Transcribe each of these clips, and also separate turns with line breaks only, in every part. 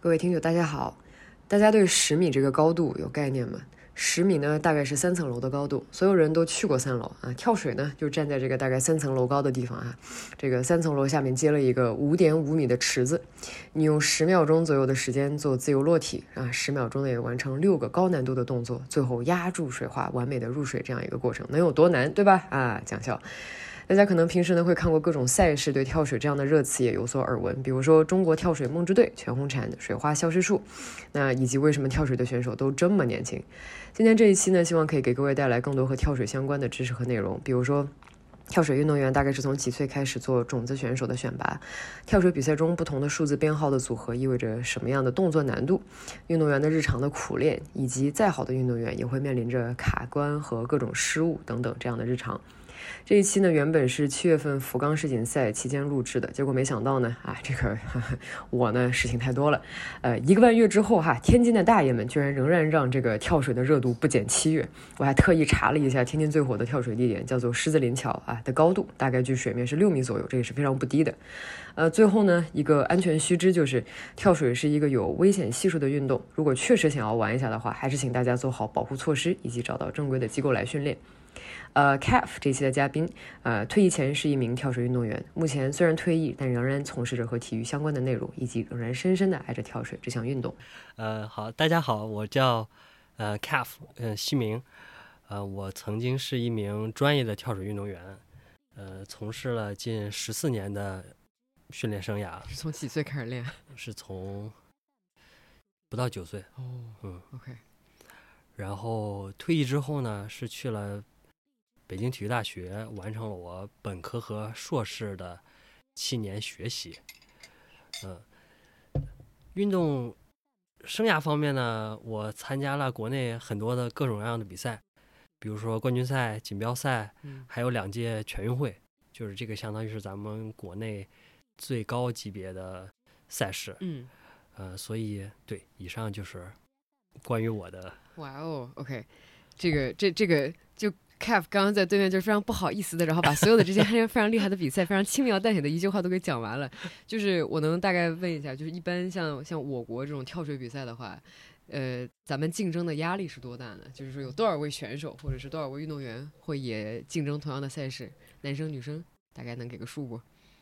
各位听友大家好，大家对10米这个高度有概念吗？10米呢大概是3层楼的高度，所有人都去过3楼啊。跳水呢就站在这个大概3层楼高的地方啊，这个3层楼下面接了一个5.5米的池子，你用10秒钟左右的时间做自由落体啊，10秒钟内完成6个高难度的动作，最后压住水花完美的入水，这样一个过程能有多难，对吧？啊，讲笑。大家可能平时呢会看过各种赛事，对跳水这样的热词也有所耳闻，比如说中国跳水梦之队、全红婵、水花消失术，那以及为什么跳水的选手都这么年轻。今天这一期呢，希望可以给各位带来更多和跳水相关的知识和内容，比如说跳水运动员大概是从几岁开始做种子选手的选拔？跳水比赛中不同的数字编号的组合意味着什么样的动作难度？运动员的日常的苦练，以及再好的运动员也会面临着卡关和各种失误等等这样的日常。这一期呢，原本是7月份福冈世锦赛期间录制的，结果没想到呢，我呢事情太多了，1个半月之后天津的大爷们居然仍然让这个跳水的热度不减7月。我还特意查了一下天津最火的跳水地点，叫做狮子林桥的高度大概距水面是6米左右，这也是非常不低的。最后呢，一个安全须知就是跳水是一个有危险系数的运动，如果确实想要玩一下的话，还是请大家做好保护措施，以及找到正规的机构来训练。CAF 这期的嘉宾，退役前是一名跳水运动员，目前虽然退役，但仍然从事着和体育相关的内容，以及仍然深深的爱着跳水这项运动。
好，大家好，我叫CAF，西明，我曾经是一名专业的跳水运动员，从事了近14年的训练生涯。
是从几岁开始练？
是从不到9岁。
OK。
然后退役之后呢，是去了北京体育大学，完成了我本科和硕士的7年学习。运动生涯方面呢，我参加了国内很多的各种各样的比赛，比如说冠军赛、锦标赛，还有2届全运会，就是这个相当于是咱们国内最高级别的赛事。所以对，以上就是关于我的。
哇哦 ，OK， 这个就 CAF 刚刚在对面就是非常不好意思的，然后把所有的这些非常厉害的比赛，非常轻描淡写的一句话都给讲完了。就是我能大概问一下，就是一般像我国这种跳水比赛的话，咱们竞争的压力是多大呢？就是说有多少位选手或者是多少位运动员会也竞争同样的赛事，男生女生大概能给个数不？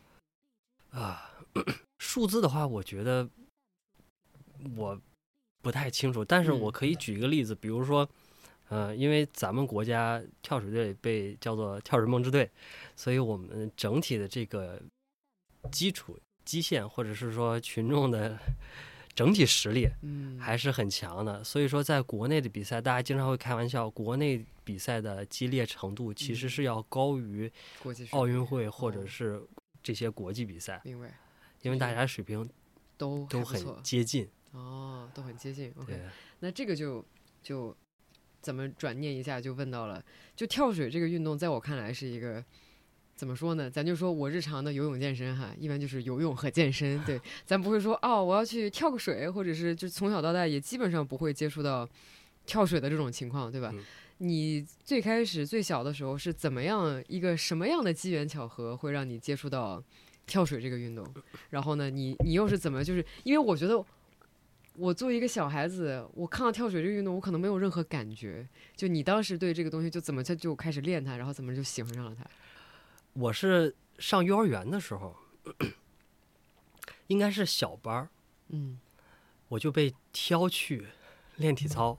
数字的话，我觉得我不太清楚，但是我可以举一个例子，比如说，因为咱们国家跳水队被叫做跳水梦之队，所以我们整体的这个基础基线或者是说群众的整体实力还是很强的。所以说在国内的比赛，大家经常会开玩笑，国内比赛的激烈程度其实是要高于奥运会或者是这些国际比赛。
明白。
因为大家水平都很接近。
都很接近。OK， 那这个就怎么转念一下就问到了，就跳水这个运动，在我看来是一个怎么说呢？咱就说我日常的游泳健身一般就是游泳和健身。对，咱不会说我要去跳个水，或者是就从小到大也基本上不会接触到跳水的这种情况，对吧？你最开始最小的时候是怎么样一个什么样的机缘巧合会让你接触到跳水这个运动？然后呢，你又是怎么，就是因为我觉得我作为一个小孩子，我看到跳水这个运动，我可能没有任何感觉。就你当时对这个东西就怎么就开始练它，然后怎么就喜欢上了它？
我是上幼儿园的时候，应该是小班，我就被挑去练体操。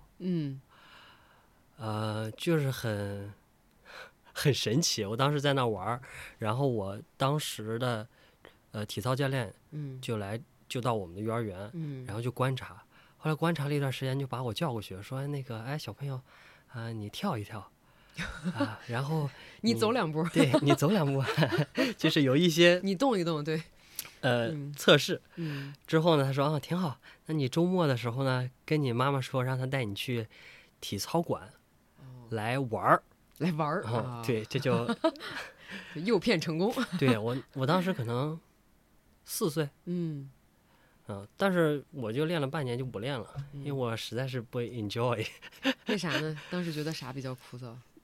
就是很神奇。我当时在那玩，然后我当时的体操教练就到我们的幼儿园，然后就观察。后来观察了一段时间，就把我叫过去，说小朋友你跳一跳然后
你走2步，
对，你走2步就是有一些
你动一动，对，
测试。之后呢，他说挺好，那你周末的时候呢，跟你妈妈说，让她带你去体操馆来玩。对，这就
诱骗成功。
对，我当时可能4岁。但是我就练了半年就不练了，因为我实在是不 enjoy。
为啥呢？当时觉得啥比较枯燥？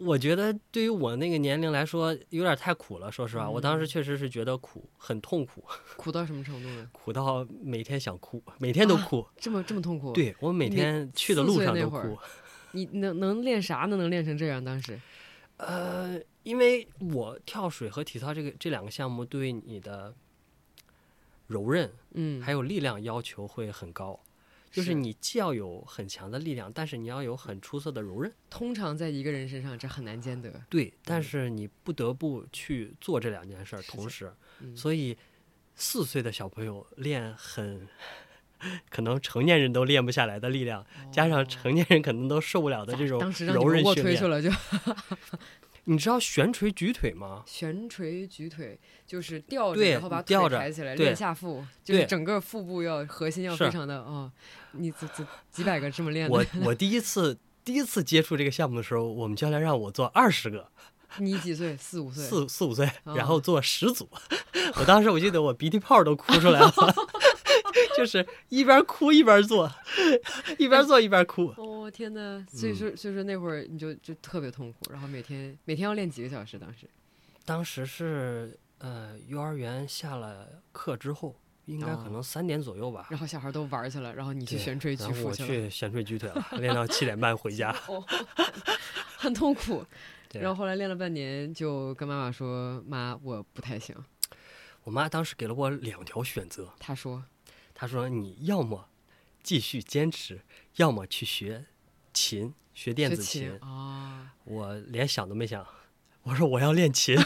我觉得对于我那个年龄来说有点太苦了，说实话，我当时确实是觉得苦，很痛苦。
苦到什么程度呢？
苦到每天想哭，每天都哭。
这么痛苦？
对，我每天去的路上都哭。
你能练啥呢？能练成这样？当时？
因为我跳水和体操这两个项目对你的柔韧，还有力量要求会很高。就是你既要有很强的力量，但是你要有很出色的柔韧。
通常在一个人身上这很难兼得。
对，但是你不得不去做这两件事同时。所以4岁的小朋友练可能成年人都练不下来的力量，加上成年人可能都受不了的这种柔韧训练。
去了就
你知道悬垂举腿吗？
悬垂举腿就是吊着，然后把腿抬起来练下腹，就是整个腹部核心要非常的你几百个这么练的。
我第一次接触这个项目的时候，我们教练让我做20个。
你几岁？4、5岁。
4、5岁，然后做10组。我当时我记得我鼻涕泡都哭出来了。就是一边哭一边做，一边做一边哭。
天哪！所以说那会儿你就特别痛苦，然后每天要练几个小时？
当时是幼儿园下了课之后，应该可能3点左右吧。
然后小孩都玩去了，然后你去悬垂举腹去了。
我去悬垂举腿了，练到7点半回家。
很痛苦。然后后来练了半年，就跟妈妈说：“妈，我不太行。”
我妈当时给了我2条选择。
她
说你要么继续坚持，要么去学电子琴。我连想都没想，我说我要练琴。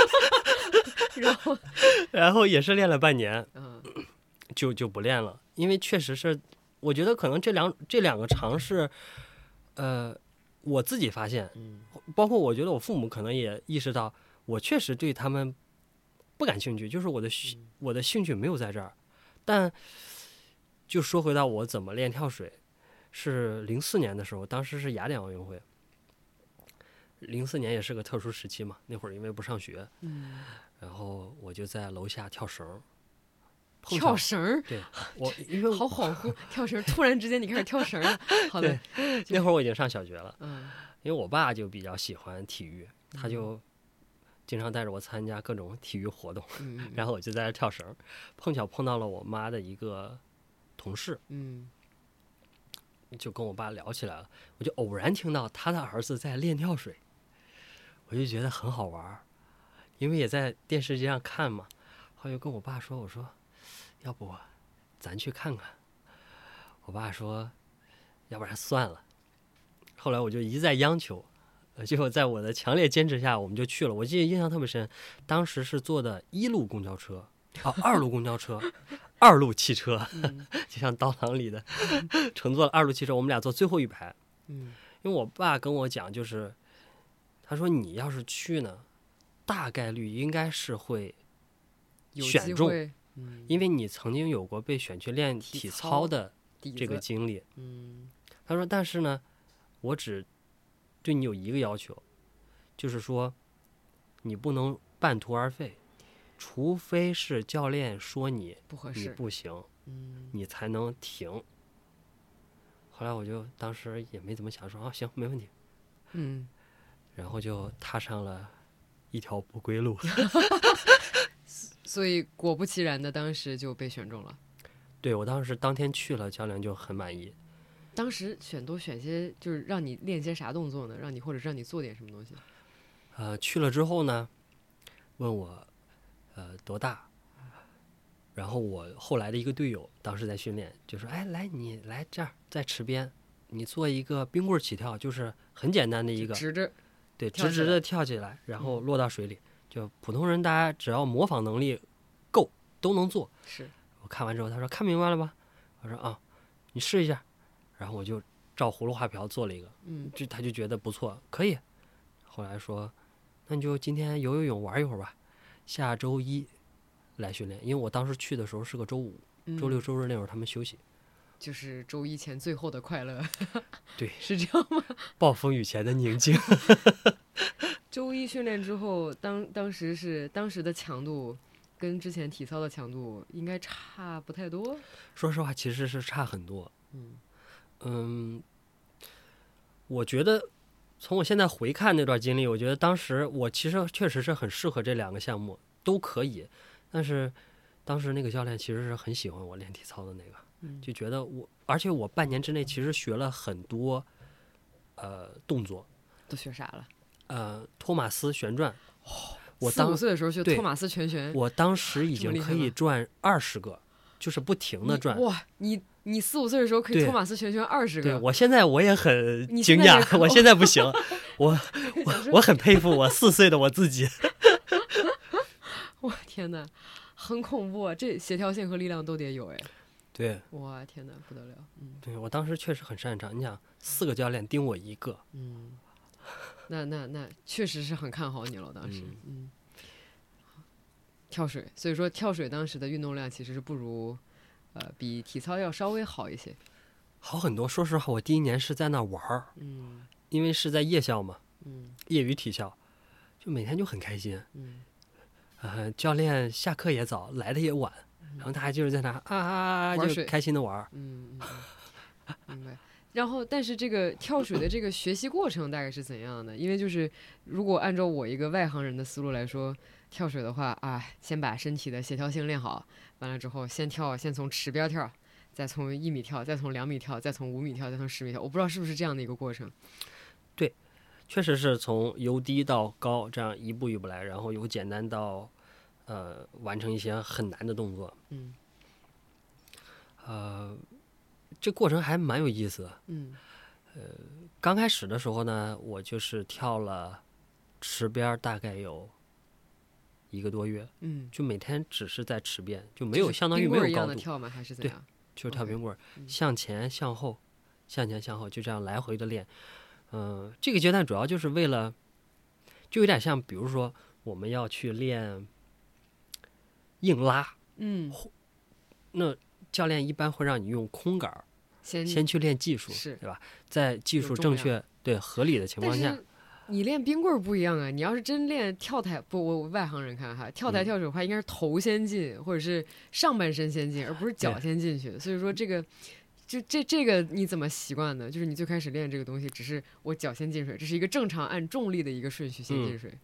然后也是练了半年，就不练了，因为确实是，我觉得可能这两个尝试，我自己发现，包括我觉得我父母可能也意识到，我确实对他们不感兴趣，就是我的兴趣没有在这儿。但就说回到我怎么练跳水，是04年的时候，当时是雅典奥运会。04年也是个特殊时期嘛，那会儿因为不上学，然后我就在楼下跳绳。
跳绳？
对，因为
好恍惚，跳绳，突然之间你开始跳绳了。好的，
那会儿我已经上小学了。因为我爸就比较喜欢体育，他就经常带着我参加各种体育活动，然后我就在那跳绳，碰巧碰到了我妈的一个同事，就跟我爸聊起来了，我就偶然听到他的儿子在练跳水，我就觉得很好玩，因为也在电视机上看嘛，后来就跟我爸说，我说要不咱去看看，我爸说要不然算了，后来我就一再央求，结果在我的强烈坚持下，我们就去了。我记得印象特别深，当时是坐的1路公交车，2路公交车，2路汽车，就像刀郎里的，乘坐了2路汽车，我们俩坐最后一排。因为我爸跟我讲，就是他说你要是去呢，大概率应该是会选中，因为你曾经有过被选去练体操的这个经历。他说但是呢，我只对你有一个要求，就是说你不能半途而废，除非是教练说你不行，你才能停。后来我就当时也没怎么想，说行没问题，然后就踏上了一条不归路。
所以果不其然的，当时就被选中了。
对，我当时当天去了，教练就很满意。
当时选些，就是让你练些啥动作呢？或者让你做点什么东西？
去了之后呢，问我多大，然后我后来的一个队友当时在训练，就说哎来你来这儿，在池边你做一个冰棍起跳，就是很简单的一个
直着，
对，直直的跳起来，然后落到水里，就普通人大家只要模仿能力够都能做。
是
我看完之后他说看明白了吧，我说啊你试一下，然后我就照葫芦画瓢做了一个，他就觉得不错，可以。后来说，那你就今天游泳玩一会儿吧，下周1来训练。因为我当时去的时候是个周5，周6、周日那会儿他们休息，
就是周1前最后的快乐。
对，
是这样吗？
暴风雨前的宁静。
周1训练之后，当时的强度跟之前体操的强度应该差不太多。
说实话，其实是差很多。我觉得从我现在回看那段经历，我觉得当时我其实确实是很适合这2个项目，都可以。但是当时那个教练其实是很喜欢我练体操的那个，就觉得而且我半年之内其实学了很多动作。
都学啥了？
托马斯旋转。我
4、5岁的时候学托马斯全旋，
我当时已经可以转20个，就是不停的转。
哇，你4、5岁的时候可以托马斯全旋20个。
对，我现在我也很惊讶，我现在不行，我很佩服我4岁的我自己。
我天哪，很恐怖啊！这协调性和力量都得有哎。
对，
哇天哪，不得了。
对，我当时确实很擅长。你想，4个教练盯我1个。
那确实是很看好你了，当时。跳水，所以说跳水当时的运动量其实是不如，比体操要稍微好一些，
好很多。说实话，我第1年是在那玩儿，因为是在夜校嘛，业余体校，就每天就很开心。教练下课也早，来的也晚，然后他还就是在那就开心的玩儿。
明白。然后，但是这个跳水的这个学习过程大概是怎样的？因为就是如果按照我一个外行人的思路来说，跳水的话先把身体的协调性练好，完了之后先从池边跳，再从1米跳，再从2米跳，再从5米跳，再从10米跳。我不知道是不是这样的一个过程。
对，确实是从由低到高这样一步一步来，然后由简单到完成一些很难的动作。这过程还蛮有意思的。刚开始的时候呢，我就是跳了池边大概有1个多月，就每天只是在池边，就没有相当于没有高度。
跳吗？还是怎样？
对，就是跳冰棍，向前向后，向前向后，就这样来回的练。这个阶段主要就是为了，就有点像，比如说我们要去练硬拉，那教练一般会让你用空杆先去练技术，对吧？在技术正确、对合理的情况下，
你练冰棍不一样啊！你要是真练跳台，我外行人看哈，跳台跳水的话，应该是头先进，或者是上半身先进，而不是脚先进去。所以说这个，这个你怎么习惯的？就是你最开始练这个东西，只是我脚先进水，这是一个正常按重力的一个顺序先进水。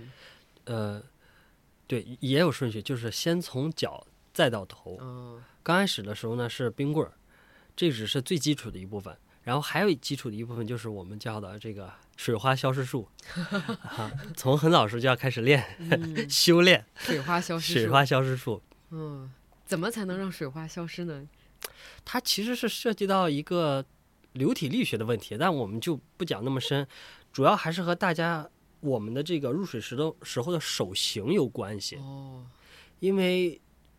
对，也有顺序，就是先从脚再到头。刚开始的时候呢是冰棍，这只是最基础的一部分。然后还有基础的一部分就是我们叫的这个水花消失术，从很早时候就要开始练，修炼
水花消
失术。
怎么才能让水花消失呢？
它其实是涉及到一个流体力学的问题，但我们就不讲那么深，主要还是和我们的这个入水时候的手型有关系。因为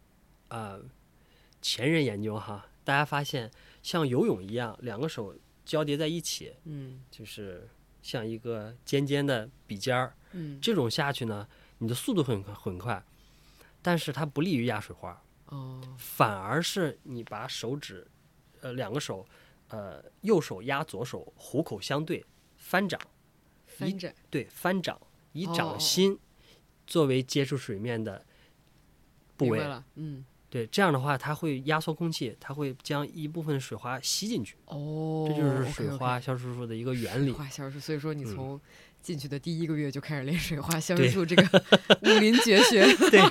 前人研究哈，大家发现像游泳一样，2个手交叠在一起，就是像一个尖尖的笔尖儿，这种下去呢，你的速度很快，但是它不利于压水花。反而是你把手指，2个手，右手压左手，虎口相对，翻掌，翻掌，以掌心作为接触水面的部位。对，这样的话它会压缩空气，它会将一部分水花吸进去。这就是水花消失术的一个原理。
水花消失，所以说你从进去的第1个月就开始练水花消失术这个武林绝学。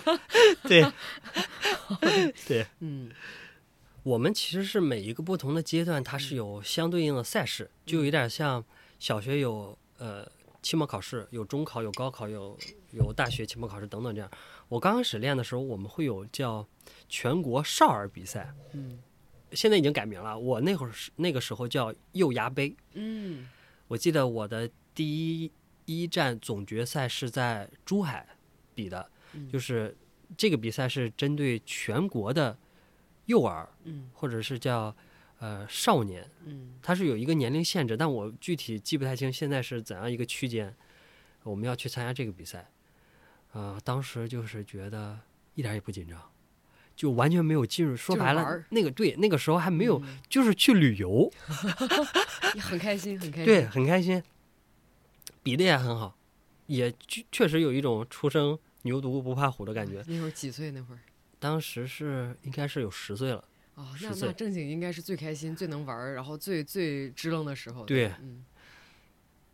对，我们其实是每一个不同的阶段，它是有相对应的赛事，就有点像小学有期末考试，有中考，有高考，有大学期末考试等等这样。我刚开始练的时候，我们会有叫全国少儿比赛，现在已经改名了。我那个时候叫幼芽杯。我记得我的第一站总决赛是在珠海比的，就是这个比赛是针对全国的幼儿，或者是叫少年，它是有一个年龄限制，但我具体记不太清现在是怎样一个区间。我们要去参加这个比赛，当时就是觉得一点也不紧张，就完全没有进入。说白了，那个时候还没有，就是去旅游，
很开心，
对，很开心，比的也很好，也确实有一种初生牛犊不怕虎的感觉。
那会儿几岁？那会儿
当时应该是有10岁了。
那正经应该是最开心、最能玩，然后最支棱的时候。
对，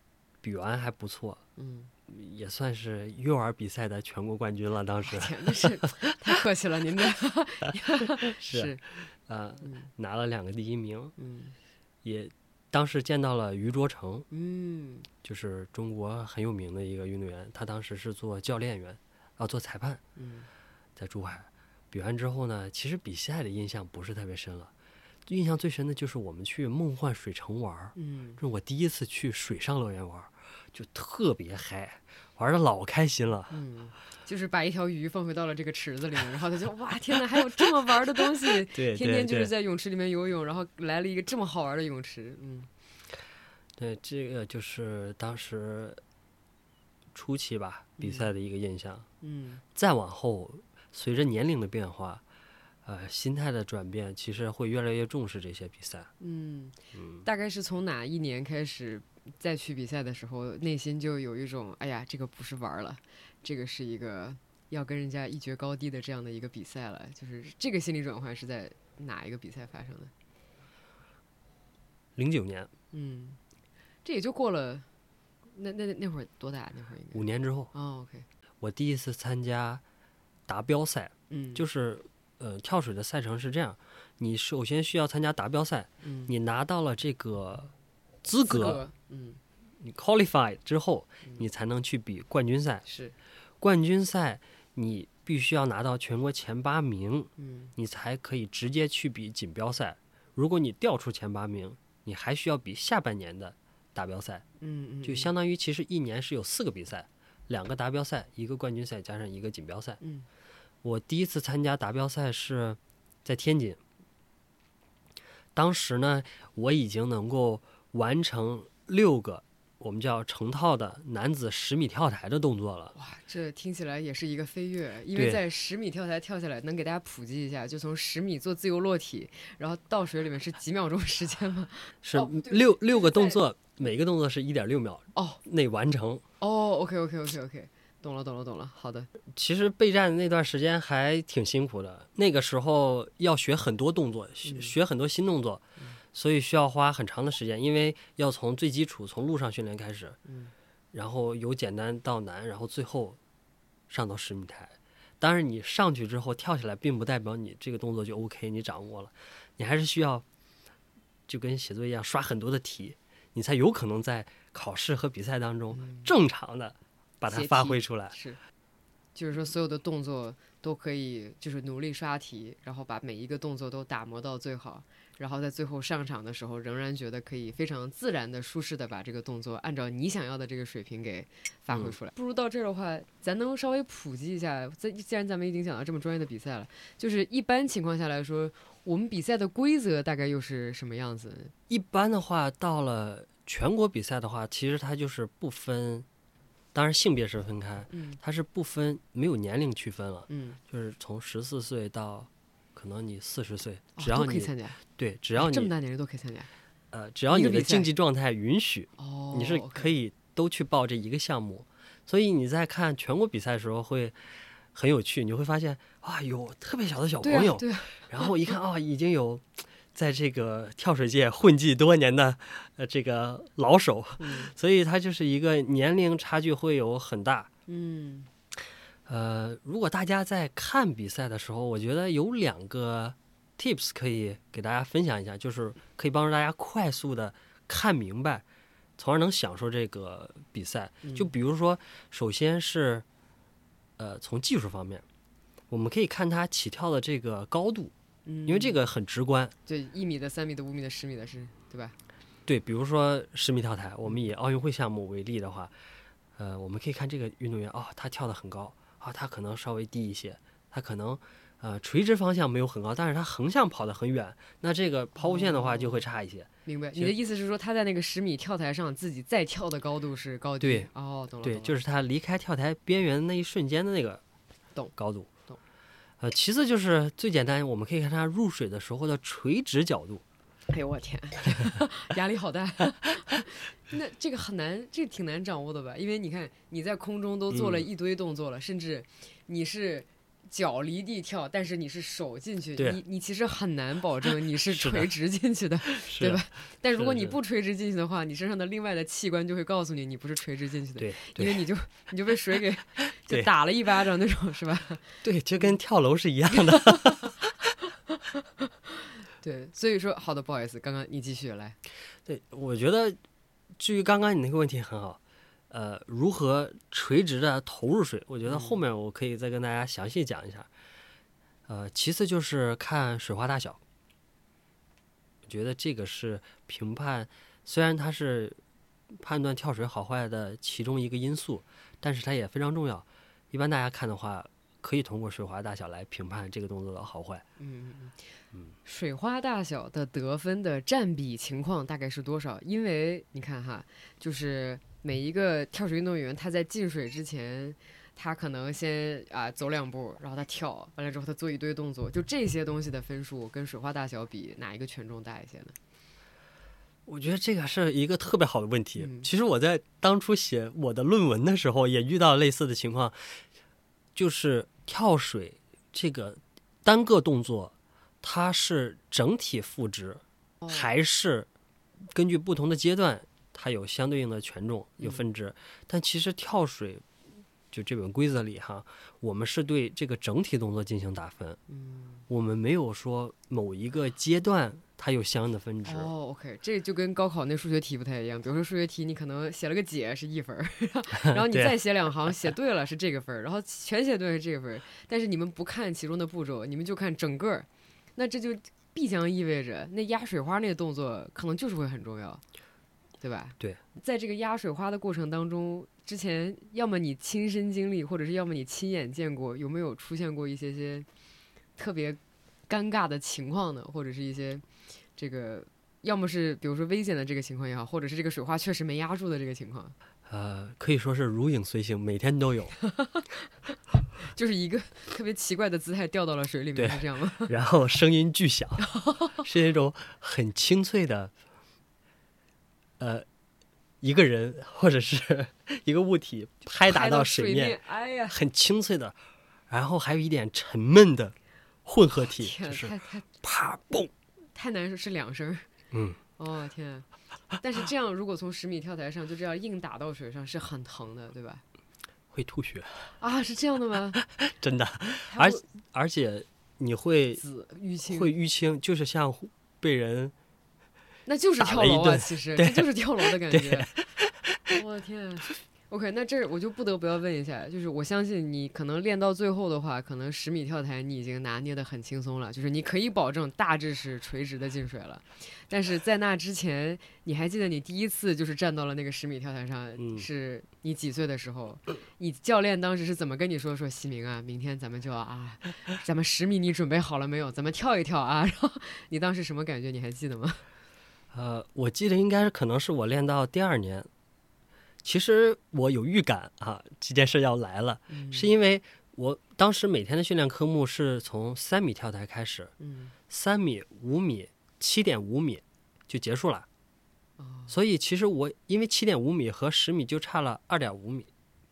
比完还不错，也算是幼儿比赛的全国冠军了。当时
天，那是太客气了，您这
是拿了2个第1名，也当时见到了于卓成，就是中国很有名的一个运动员，他当时是做教练员，做裁判，在珠海比完之后呢，其实比赛的印象不是特别深了。印象最深的就是我们去梦幻水城玩，这是我第一次去水上乐园玩，就特别嗨，玩的老开心了。
就是把一条鱼放回到了这个池子里面，然后他就哇天哪，还有这么玩的东西！
对，
天天就是在泳池里面游泳，然后来了一个这么好玩的泳池。
对，这个就是当时初期吧比赛的一个印象。再往后，随着年龄的变化。心态的转变，其实会越来越重视这些比赛。
大概是从哪一年开始再去比赛的时候，内心就有一种哎呀，这个不是玩了，这个是一个要跟人家一决高低的这样的一个比赛了。就是这个心理转换是在哪一个比赛发生的
？09年。
这也就过了，那会儿多大？那会儿应该
5年之后。
OK。
我第一次参加达标赛，就是。跳水的赛程是这样，你首先需要参加达标赛，你拿到了这个资格，你 qualify 之后，你才能去比冠军赛。
是，
冠军赛你必须要拿到全国前8名，你才可以直接去比锦标赛。如果你掉出前8名，你还需要比下半年的达标赛。就相当于其实一年是有4个比赛，2个达标赛，1个冠军赛加上1个锦标赛。我第一次参加达标赛是在天津，当时呢，我已经能够完成6个我们叫成套的男子10米跳台的动作了。
哇，这听起来也是一个飞跃，因为在10米跳台跳下来，能给大家普及一下，就从10米做自由落体，然后到水里面是几秒钟时间吗？
是六个动作，每个动作是1.6秒内完成。
OK。懂了，好的。
其实备战那段时间还挺辛苦的，那个时候要学很多动作，学很多新动作，所以需要花很长的时间，因为要从最基础从路上训练开始，然后由简单到难，然后最后上到10米台。当然你上去之后跳下来并不代表你这个动作就 OK， 你掌握了，你还是需要就跟写作业一样刷很多的题，你才有可能在考试和比赛当中正常的把它发挥出来。
是，就是说所有的动作都可以就是努力刷题，然后把每一个动作都打磨到最好，然后在最后上场的时候仍然觉得可以非常自然的舒适的把这个动作按照你想要的这个水平给发挥出来。不如到这儿的话咱能稍微普及一下，既然咱们已经讲到这么专业的比赛了，就是一般情况下来说我们比赛的规则大概又是什么样子？
一般的话到了全国比赛的话，其实它就是不分，当然性别是分开，它是不分，没有年龄区分了，就是从14岁到可能你40岁，只要你
都可以参加。
对，只要你
这么大年龄都可以参加。
只要你的竞技状态允许，你是可以都去报这一个项目。所以你在看全国比赛的时候会很有趣，你会发现有特别小的小朋友，然后一看已经有在这个跳水界混迹多年的这个老手，所以它就是一个年龄差距会有很大。如果大家在看比赛的时候，我觉得有2个 tips 可以给大家分享一下，就是可以帮助大家快速的看明白，从而能享受这个比赛。就比如说，首先是从技术方面，我们可以看它起跳的这个高度，因为这个很直观。
对，1米的、3米的、5米的、10米的，是对吧？
对，比如说10米跳台，我们以奥运会项目为例的话，我们可以看这个运动员他跳得很高他可能稍微低一些，他可能垂直方向没有很高，但是他横向跑得很远，那这个抛物线的话就会差一些。
明白，你的意思是说他在那个10米跳台上自己再跳的高度是高低？
对，
懂了。
对，就是他离开跳台边缘的那一瞬间的那个高度。其次就是最简单，我们可以看他入水的时候的垂直角度。
哎呦我天，压力好大。那这个很难，这个挺难掌握的吧？因为你看你在空中都做了一堆动作了，甚至你是脚离地跳，但是你是手进去，
对
你其实很难保证你是
是的
垂直进去的，
是
对吧？但如果
是
你不垂直进去的话，你身上的另外的器官就会告诉你你不是垂直进去的，
对
因为你就被水给就
对
打了一巴掌那种，是吧？
对，就跟跳楼是一样的。
对，所以说好的，不好意思，刚刚你继续来。
对，我觉得至于刚刚你那个问题很好，如何垂直的投入水，我觉得后面我可以再跟大家详细讲一下。其次就是看水花大小，我觉得这个是评判，虽然它是判断跳水好坏的其中一个因素，但是它也非常重要。一般大家看的话，可以通过水花大小来评判这个动作的好坏。
水花大小的得分的占比情况大概是多少？因为你看哈，就是每一个跳水运动员他在进水之前，他可能先走2步，然后他跳完了之后他做一堆动作，就这些东西的分数跟水花大小比，哪一个权重大一些呢？
我觉得这个是一个特别好的问题。其实我在当初写我的论文的时候也遇到类似的情况，就是跳水这个单个动作，它是整体赋值，还是根据不同的阶段，它有相对应的权重，有分值。但其实跳水就这本规则里哈，我们是对这个整体动作进行打分，我们没有说某一个阶段它有相应的分值。
OK， 这就跟高考那数学题不太一样。比如说数学题，你可能写了个解是1分，然后你再写2行写对了是这个分，然后全写对是这个分，但是你们不看其中的步骤，你们就看整个，那这就必将意味着那压水花那个动作可能就是会很重要，对吧？
对，
在这个压水花的过程当中，之前要么你亲身经历，或者是要么你亲眼见过，有没有出现过一些特别尴尬的情况呢？或者是一些这个要么是比如说危险的这个情况也好，或者是这个水花确实没压住的这个情况？
可以说是如影随形，每天都有。
就是一个特别奇怪的姿态掉到了水里面，是这样吗？
然后声音巨响，是那种很清脆的，一个人或者是一个物体拍打到水面，
哎呀，
很清脆的，然后还有一点沉闷的混合体，就是啪嘣，
太难受，是2声。天啊！但是这样，如果从10米跳台上就这样硬打到水上，是很疼的，对吧？
会吐血
啊？是这样的吗？
真的，而且你会淤青，就是像被人，
那就是跳楼啊！其实这就是跳楼的感觉。我的天！OK， 那这我就不得不要问一下，就是我相信你可能练到最后的话，可能10米跳台你已经拿捏得很轻松了，就是你可以保证大致是垂直的进水了。但是在那之前，你还记得你第一次就是站到了那个10米跳台上，是你几岁的时候？你教练当时是怎么跟你说西明啊，明天咱们就咱们10米你准备好了没有？咱们跳一跳啊！然后你当时什么感觉？你还记得吗？
我记得应该可能是我练到第2年。其实我有预感这件事要来了，是因为我当时每天的训练科目是从3米跳台开始，3米、5米、7.5米就结束了。所以其实我因为7.5米和10米就差了2.5米。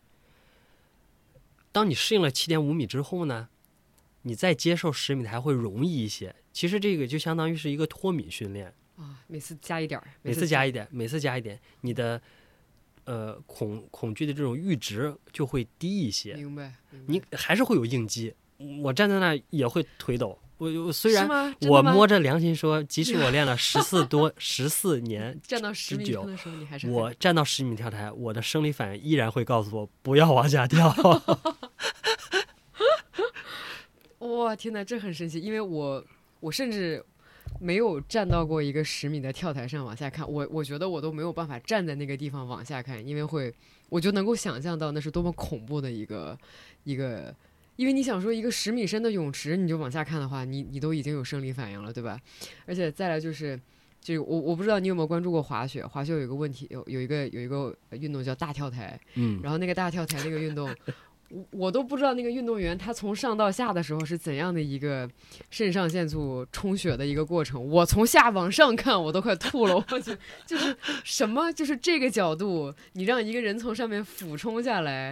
当你适应了7.5米之后呢，你再接受10米台会容易一些。其实这个就相当于是一个脱米训练
每次加一点，
每次加一点，你的恐惧的这种阈值就会低一些。
明白。
你还是会有应激，我站在那也会腿抖。我虽然
我
摸着良心说，即使我练了14年
站到10米的时候，你还是
我站到10米跳台，我的生理反应依然会告诉我不要往下跳。
哇，天哪，这很神奇，因为我甚至没有站到过一个10米的跳台上往下看，我觉得我都没有办法站在那个地方往下看，因为我就能够想象到那是多么恐怖的一个，因为你想说一个10米深的泳池，你就往下看的话，你都已经有生理反应了，对吧？而且再来就是这个我不知道你有没有关注过滑雪有一个问题，有一个运动叫大跳台，然后那个大跳台那个运动。我都不知道那个运动员他从上到下的时候是怎样的一个肾上腺素充血的一个过程，我从下往上看我都快吐了，我就是什么，就是这个角度你让一个人从上面俯冲下来，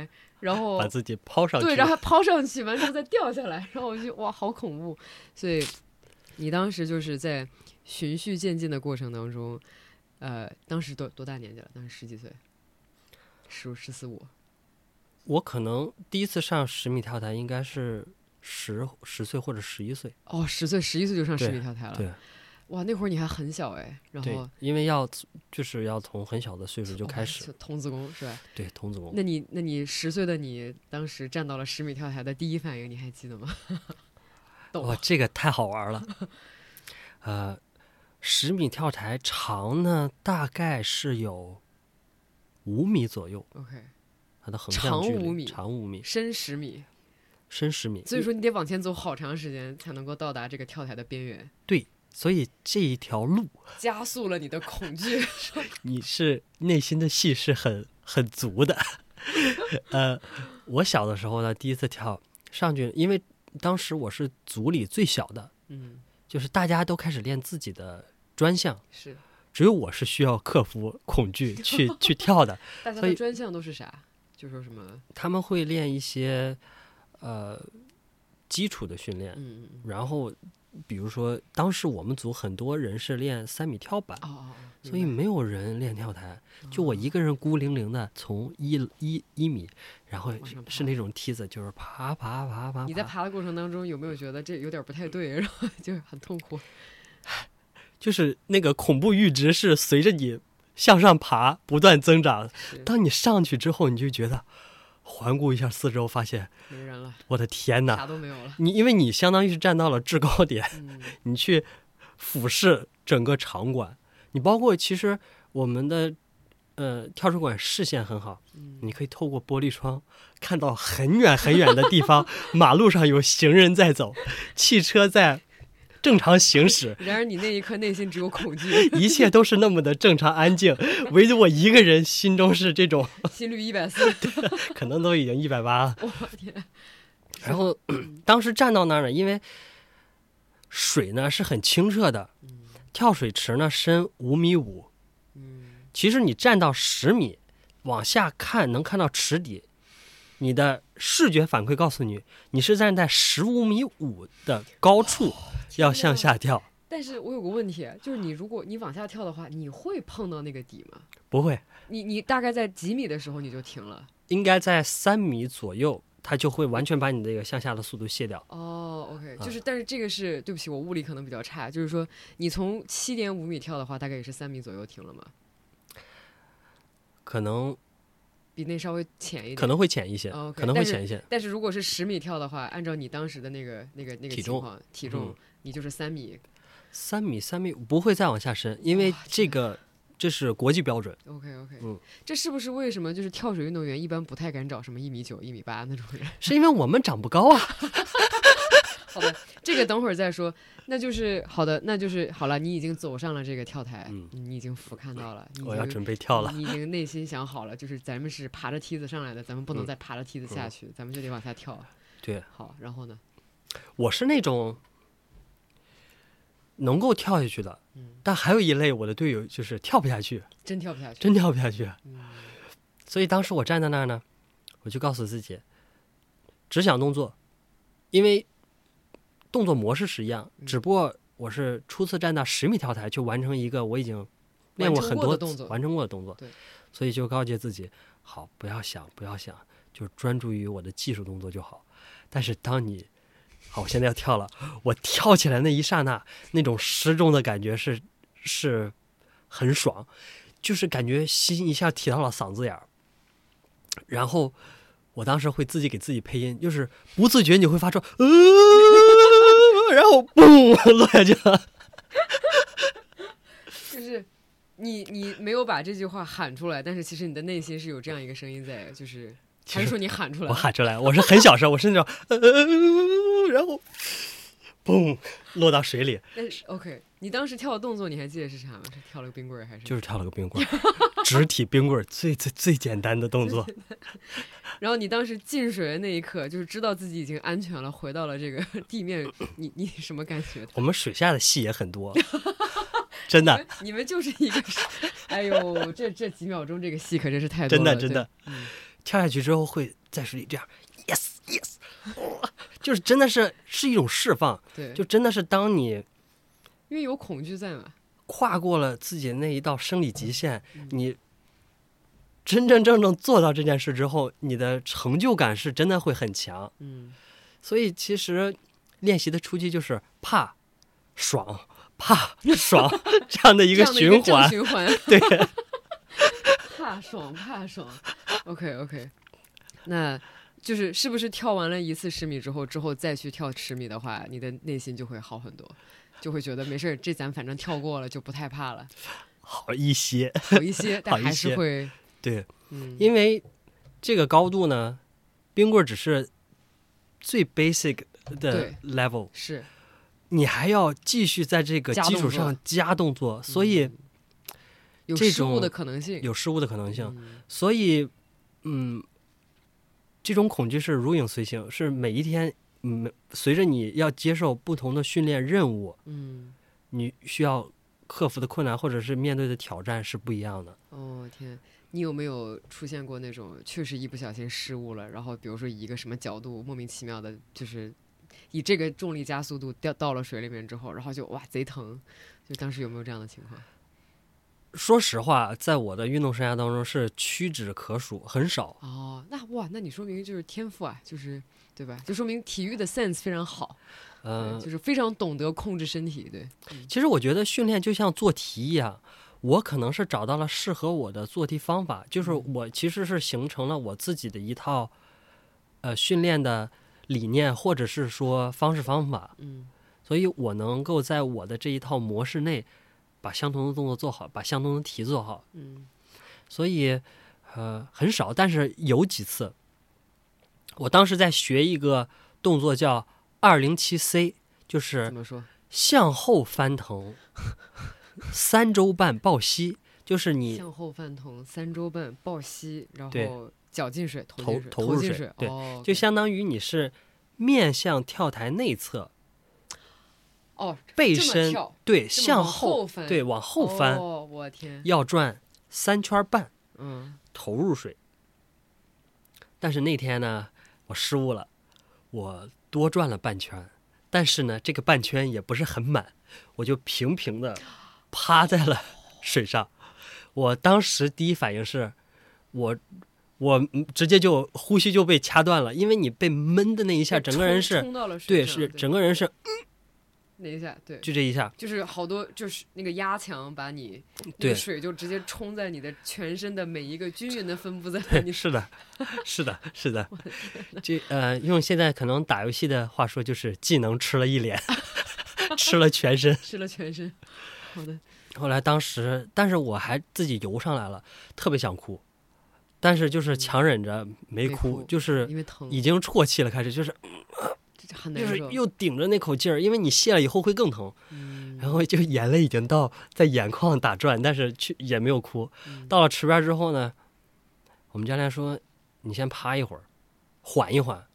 然后
把自己抛上去，
对，然后抛上去完之后再掉下来，然后我就哇，好恐怖。所以你当时就是在循序渐进的过程当中，当时多大年纪了？当时10几岁，14、15。
我可能第一次上10米跳台应该是10岁或者11岁。
哦，10岁、11岁就上10米跳台了。
对，
哇，那会儿你还很小哎。然后
因为就是要从很小的岁数就开始。
童子功是吧？
对，童子功。
那你10岁的你当时站到了10米跳台的第一反应，你还记得吗？
哇，这个太好玩了。10米跳台长呢，大概是有5米左右。
OK。
它的横向距离
长
5米，
深10米，
深10米。
所以说你得往前走好长时间才能够到达这个跳台的边缘。
对，所以这一条路
加速了你的恐惧。
你是内心的戏是很足的。我小的时候呢，第一次跳上去，因为当时我是组里最小的，就是大家都开始练自己的专项，
是。
只有我是需要克服恐惧去跳的。
大家的专项都是啥？就说什么？
他们会练一些基础的训练，然后比如说当时我们组很多人是练3米跳板，所以没有人练跳台，就我一个人孤零零的从一米，然后是那种梯子，就是爬。
你在爬的过程当中有没有觉得这有点不太对，然后就很痛苦？
就是那个恐怖阈值是随着你向上爬不断增长，当你上去之后，你就觉得环顾一下四周，发现
没人了，
我的天哪，
啥都没有了。
因为你相当于是站到了制高点，你去俯视整个场馆，你包括其实我们的跳水馆视线很好，你可以透过玻璃窗看到很远很远的地方，马路上有行人在走，汽车在正常行驶。
然而你那一刻内心只有恐惧，
一切都是那么的正常安静，唯独我一个人心中是这种
心率140，
可能都已经180了。
我天！
然后当时站到那儿呢，因为水呢是很清澈的，跳水池呢深5.5米，其实你站到10米往下看，能看到池底，你的视觉反馈告诉你，你是站在15.5米的高处。要向下跳，
但是我有个问题，就是如果你往下跳的话，你会碰到那个底吗？
不会。
你大概在几米的时候你就停了？
应该在3米左右，它就会完全把你这个向下的速度卸掉。
OK， 就是，但是这个是对不起，我物理可能比较差，就是说你从7.5米跳的话，大概也是3米左右停了吗？
可能
比那稍微浅一点，
可能会浅一些，可能会浅一些。
但是如果是10米跳的话，按照你当时的那个情况，体重，你就是3米
，3米不会再往下深，因为这是国际标准。
OK，这是不是为什么就是跳水运动员一般不太敢找什么1.9米、1.8米那种人？
是因为我们长不高啊。
好的，这个等会儿再说。那就是好的，那就是好了。你已经走上了这个跳台，你已经俯瞰到了，
我要准备跳了。
你已经内心想好了，就是咱们是爬着梯子上来的，咱们不能再爬着梯子下去，咱们就得往下跳。
对，
好，然后呢？
我是那种能够跳下去的，但还有一类我的队友就是跳不下去，
真跳不下去，
真跳不下去。所以当时我站在那儿呢，我就告诉自己，只想动作，因为动作模式是一样，只不过我是初次站到10米跳台就完成一个我已经练过很多完成过的动作，
对，
所以就告诫自己，好，不要想，就专注于我的技术动作就好。但是当你好，我现在要跳了，我跳起来那一刹那，那种失重的感觉是很爽，就是感觉心一下提到了嗓子眼儿，然后我当时会自己给自己配音，就是不自觉你会发出然后嘣落下去了。
就是你没有把这句话喊出来，但是其实你的内心是有这样一个声音在，就是还是说你喊出来？
我喊出来，我是很小声，我是那种然后嘣落到水里。
但是 OK， 你当时跳的动作你还记得是啥吗？是跳了个冰棍还是？
就是跳了个冰棍，直体冰棍，最简单的动作。
然后你当时进水的那一刻，就是知道自己已经安全了，回到了这个地面，你什么感觉？
我们水下的戏也很多，真的。
你们就是一个，哎呦，这几秒钟这个戏可真是太多了，
真的。 跳下去之后会在水里这样 yes yes， 就是真的是一种释放，
对，
就真的是当你
因为有恐惧在嘛，
跨过了自己那一道生理极限，你真真正正做到这件事之后，你的成就感是真的会很强。所以其实练习的初期就是怕爽怕爽这样的一个循环，对，
怕爽怕爽。OK， 那是不是跳完了一次10米之后再去跳10米的话，你的内心就会好很多，就会觉得没事，这咱反正跳过了，就不太怕了，
好一些，
但还是会
对，因为这个高度呢，冰棍只是最 basic 的 level，
是
你还要继续在这个基础上加动作，所以
有失误的可能性，
所以这种恐惧是如影随形，是每一天随着你要接受不同的训练任务，你需要克服的困难或者是面对的挑战是不一样的。
哦天，你有没有出现过那种确实一不小心失误了，然后比如说以一个什么角度莫名其妙的，就是以这个重力加速度掉到了水里面之后，然后就哇贼疼，就当时有没有这样的情况？
说实话，在我的运动生涯当中是屈指可数，很少。
哦，那你说明就是天赋啊，就是对吧？就说明体育的 sense 非常好，就是非常懂得控制身体。对，
其实我觉得训练就像做题一样，我可能是找到了适合我的做题方法，就是我其实是形成了我自己的一套训练的理念或者是说方式方法。所以我能够在我的这一套模式内把相同的动作做好，把相同的题做好。所以很少，但是有几次，我当时在学一个动作叫207C， 就是
怎么说？
向后翻腾3周半抱膝，就是你
向后翻腾3周半抱膝，然后脚进水，投
入
水，
对，
就
相当于你是面向跳台内侧。背身对向后
翻，
对往后翻，
我天，
要转3圈半，投入水。但是那天呢，我失误了，我多转了半圈，但是呢，这个半圈也不是很满，我就平平的趴在了水上。我当时第一反应是，我直接就呼吸就被掐断了，因为你被闷的那一下，整个人是
冲到了水上，
对，是整个人是
那一下，对，
就这一下，
就是好多，就是那个压强把你那个水就直接冲在你的全身的每一个均匀的分布在你。
是的，这用现在可能打游戏的话说，就是技能吃了一脸，吃了全身。好的。后来但是我还自己游上来了，特别想哭，但是就是强忍着没哭，就是
因为疼，
已经啜泣了，开始就是就是又顶着那口劲儿，因为你泄了以后会更疼，然后就眼泪已经到在眼眶打转，但是也没有哭。到了池边之后呢，我们教练说你先趴一会儿，缓一缓。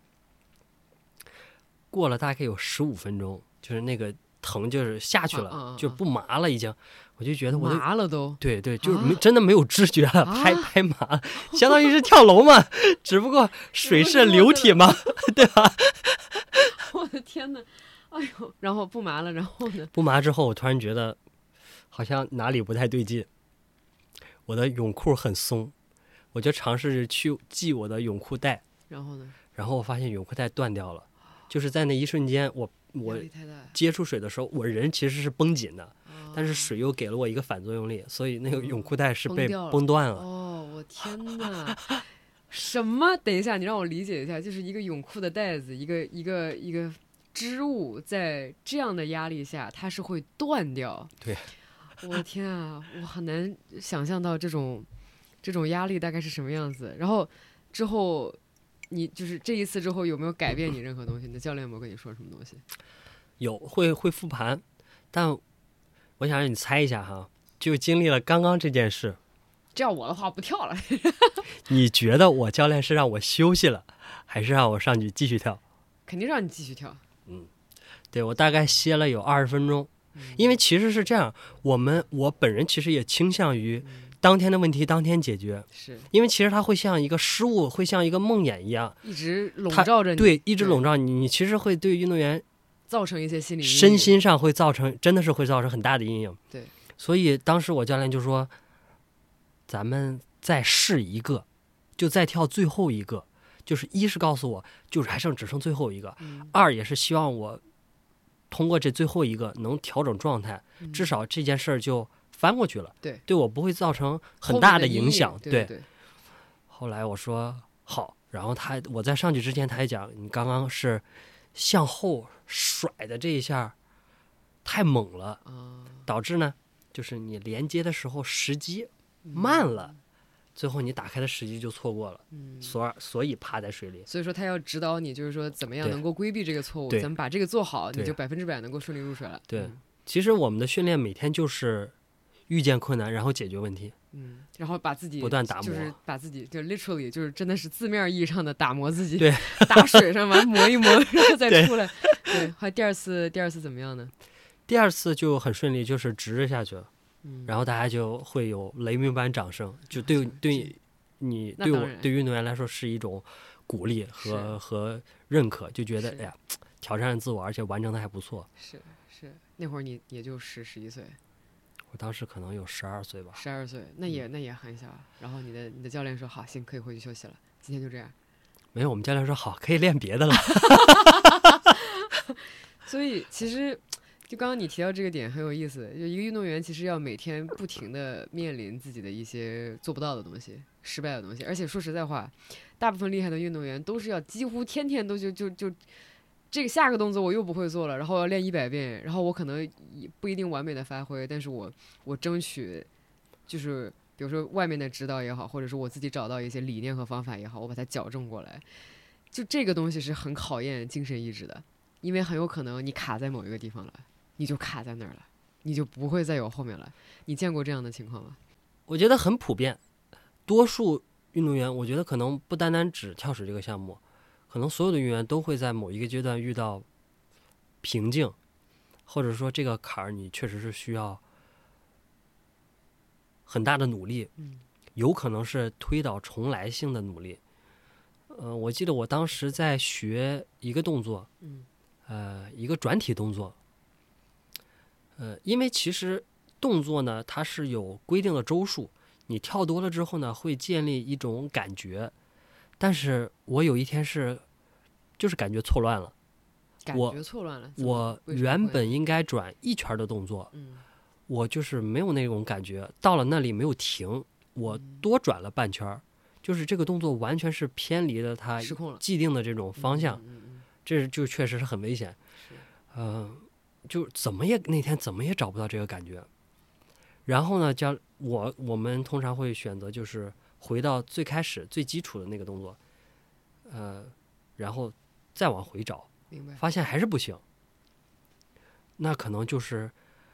过了大概有15分钟，就是那个疼就是下去了，就不麻了已经。我就觉得我
麻了都，
对，就是真的没有知觉了，拍麻，相当于是跳楼嘛，只不过水是流体嘛，对吧？
我的天哪！哎呦，然后不麻了，然后呢？
不麻之后，我突然觉得好像哪里不太对劲，我的泳裤很松，我就尝试着去系我的泳裤带，
然后呢？
然后我发现泳裤带断掉了，就是在那一瞬间，我接触水的时候，我人其实是绷紧的，但是水又给了我一个反作用力，所以那个泳裤带是被崩断了。
我天哪！什么？等一下，你让我理解一下，就是一个泳裤的带子，一个织物，在这样的压力下，它是会断掉。
对，
我天啊，我很难想象到这种压力大概是什么样子。然后之后，你就是这一次之后有没有改变你任何东西？你的教练有没有跟你说什么东西？
有，会复盘，但我想让你猜一下哈，就经历了刚刚这件事。
这样我的话不跳了。
你觉得我教练是让我休息了，还是让我上去继续跳？
肯定让你继续跳。
对，我大概歇了有20分钟，因为其实是这样，我本人其实也倾向于当天的问题当天解决，
是
因为其实它会像一个失误，会像一个梦魇一样，
一直笼罩着你，
对，一直笼罩你，你其实会对运动员
造成一些心理阴影，
身心上会造成，真的是会造成很大的阴影。
对，
所以当时我教练就说，咱们再试一个，就再跳最后一个，就是一是告诉我就是只剩最后一个，二也是希望我通过这最后一个能调整状态，至少这件事儿就翻过去了，对我不会造成很大的影响。
对。
后来我说好，然后我在上去之前他也讲，你刚刚是向后甩的这一下太猛了，导致呢就是你连接的时候时机慢了，最后你打开的时机就错过了，所以趴在水里。
所以说他要指导你，就是说怎么样能够规避这个错误，咱们把这个做好，你就100%能够顺利入水了。
对，其实我们的训练每天就是遇见困难然后解决问题，
然后把自己
不断打磨，
就是把自己就 literally 就是真的是字面意义上的打磨自己，
对，
打水上完磨一磨，然后再出来。对，还第二次怎么样呢？
第二次就很顺利，就是直着下去了，然后大家就会有雷鸣般掌声，就对你对我对运动员来说是一种鼓励和认可，就觉得哎呀，挑战自我，而且完成的还不错。
是，那会儿你也就11岁。
我当时可能有12岁吧。
12岁，那也很小。然后你的教练说好，行，可以回去休息了，今天就这样。
没有，我们教练说好，可以练别的了。
所以其实就刚刚你提到这个点很有意思，就一个运动员其实要每天不停的面临自己的一些做不到的东西、失败的东西，而且说实在话，大部分厉害的运动员都是要几乎天天都就这个下个动作我又不会做了，然后要练100遍，然后我可能也不一定完美的发挥，但是我争取就是比如说外面的指导也好，或者说我自己找到一些理念和方法也好，我把它矫正过来，就这个东西是很考验精神意志的，因为很有可能你卡在某一个地方了，你就卡在那儿了，你就不会再有后面了。你见过这样的情况吗？
我觉得很普遍，多数运动员我觉得可能不单单指跳水这个项目，可能所有的运动员都会在某一个阶段遇到瓶颈，或者说这个坎儿你确实是需要很大的努力，有可能是推倒重来性的努力。我记得我当时在学一个动作，一个转体动作，因为其实动作呢它是有规定的周数，你跳多了之后呢会建立一种感觉，但是我有一天就是感觉错乱了，
感觉错乱了，
我原本应该转1圈的动作，我就是没有那种感觉，到了那里没有停，我多转了半圈，就是这个动作完全是偏离了它既定的这种方向，这就确实是很危险。就那天怎么也找不到这个感觉。然后呢，我们通常会选择就是回到最开始最基础的那个动作，然后再往回找，发现还是不行。那可能就是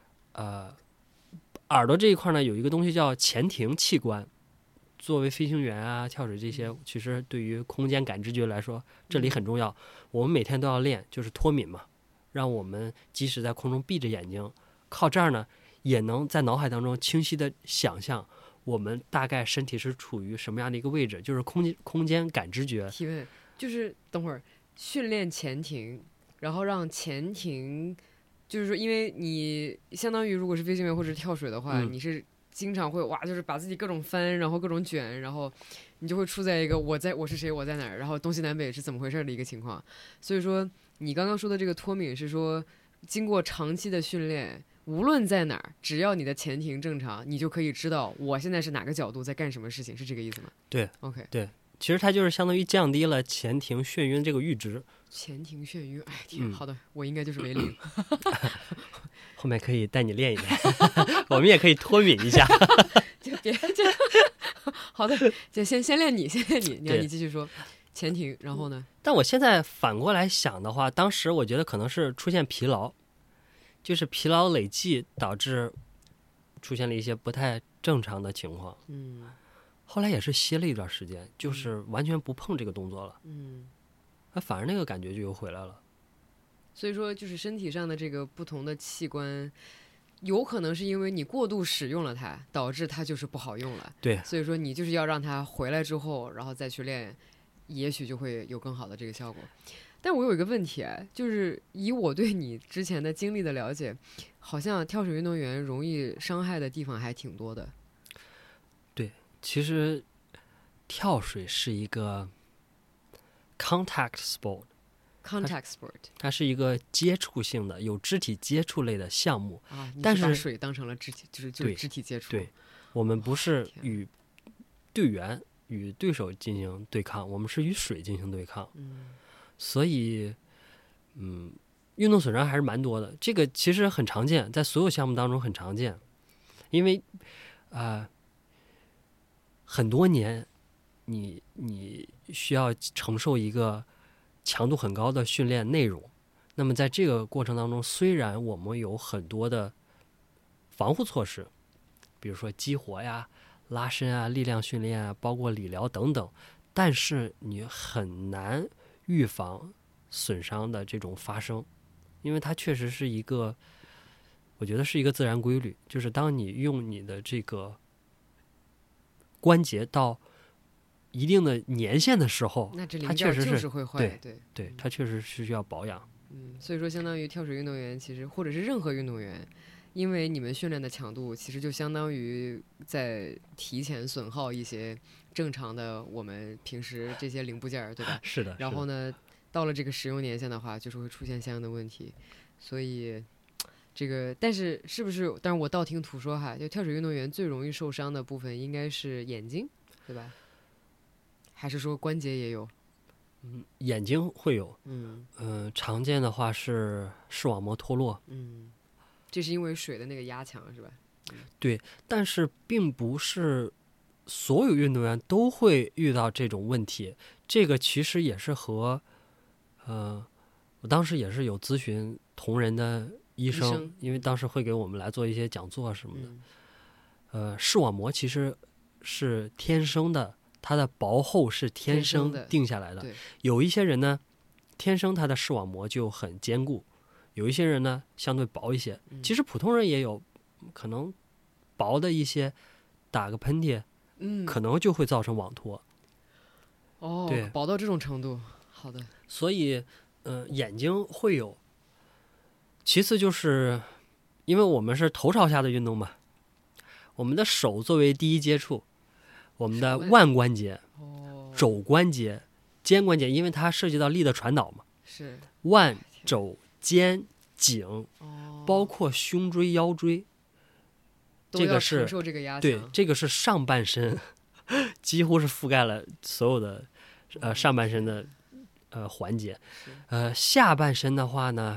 耳朵这一块呢有一个东西叫前庭器官，作为飞行员啊跳水这些，其实对于空间感知觉来说这里很重要，我们每天都要练，就是脱敏嘛，让我们即使在空中闭着眼睛，靠这儿呢也能在脑海当中清晰的想象我们大概身体是处于什么样的一个位置，就是空间感知觉。
提问就是等会儿训练前庭，然后让前庭就是说，因为你相当于如果是飞行员或者是跳水的话，你是经常会就是把自己各种翻，然后各种卷，然后你就会处在一个我是谁，我在哪儿，然后东西南北是怎么回事的一个情况。所以说你刚刚说的这个脱敏是说经过长期的训练，无论在哪儿，只要你的前庭正常，你就可以知道我现在是哪个角度在干什么事情，是这个意思吗？
对
，OK，
对，其实它就是相当于降低了前庭眩晕这个阈值。
前庭眩晕，哎天，好的，我应该就是为零。
后面可以带你练一练，我们也可以脱敏一下。
就别这样。好的，先练你，你继续说前庭，然后呢？
但我现在反过来想的话，当时我觉得可能是出现疲劳，就是疲劳累积导致出现了一些不太正常的情况。后来也是歇了一段时间，就是完全不碰这个动作了。反而那个感觉就又回来了。
所以说，就是身体上的这个不同的器官， 有可能是因为你过度使用了它，导致它就是不好用了。
对，
所以说你就是要让它回来之后，然后再去练，也许就会有更好的这个效果。但我有一个问题啊，就是以我对你之前的经历的了解，好像跳水运动员容易伤害的地方还挺多的。
对，其实跳水是一个 contact sport。contact
sport
它是一个接触性的、有肢体接触类的项目
啊，
但是
把水当成了肢体，就是肢体接触。
对，我们不是与队员、与对手进行对抗，我们是与水进行对抗。所以，运动损伤还是蛮多的。这个其实很常见，在所有项目当中很常见，因为很多年你需要承受一个强度很高的训练内容，那么在这个过程当中，虽然我们有很多的防护措施，比如说激活呀、拉伸啊、力量训练啊，包括理疗等等，但是你很难预防损伤的这种发生，因为它确实是一个，我觉得是一个自然规律，就是当你用你的这个关节到一定的年限的时候，
那这
它确实
就是会坏。
对，它确实是需要保养。
所以说相当于跳水运动员其实或者是任何运动员，因为你们训练的强度其实就相当于在提前损耗一些正常的我们平时这些零部件，对吧？
是的。
然后呢，到了这个使用年限的话，就是会出现相应的问题。所以这个，但是不是？但是我道听途说哈，就跳水运动员最容易受伤的部分应该是眼睛，对吧？还是说关节也有？
眼睛会有，常见的话是视网膜脱落，
这是因为水的那个压强是吧？
对，但是并不是所有运动员都会遇到这种问题。这个其实也是和，我当时也是有咨询同仁的医生，因为当时会给我们来做一些讲座什么的。视网膜其实是天生的。它的薄厚是天生定下来的，有一些人呢，天生他的视网膜就很坚固，有一些人呢相对薄一些。其实普通人也有可能薄的一些，打个喷嚏，可能就会造成网脱。对，
薄到这种程度，好的。
所以，眼睛会有。其次就是，因为我们是头朝下的运动嘛，我们的手作为第一接触。我们的腕关节、肘关节、肩关节，因为它涉及到力的传导嘛，
是
腕、肘、肩、颈，包括胸椎、腰椎，这个是
承受这个压强。
对，这个是上半身，几乎是覆盖了所有的上半身的环节。下半身的话呢，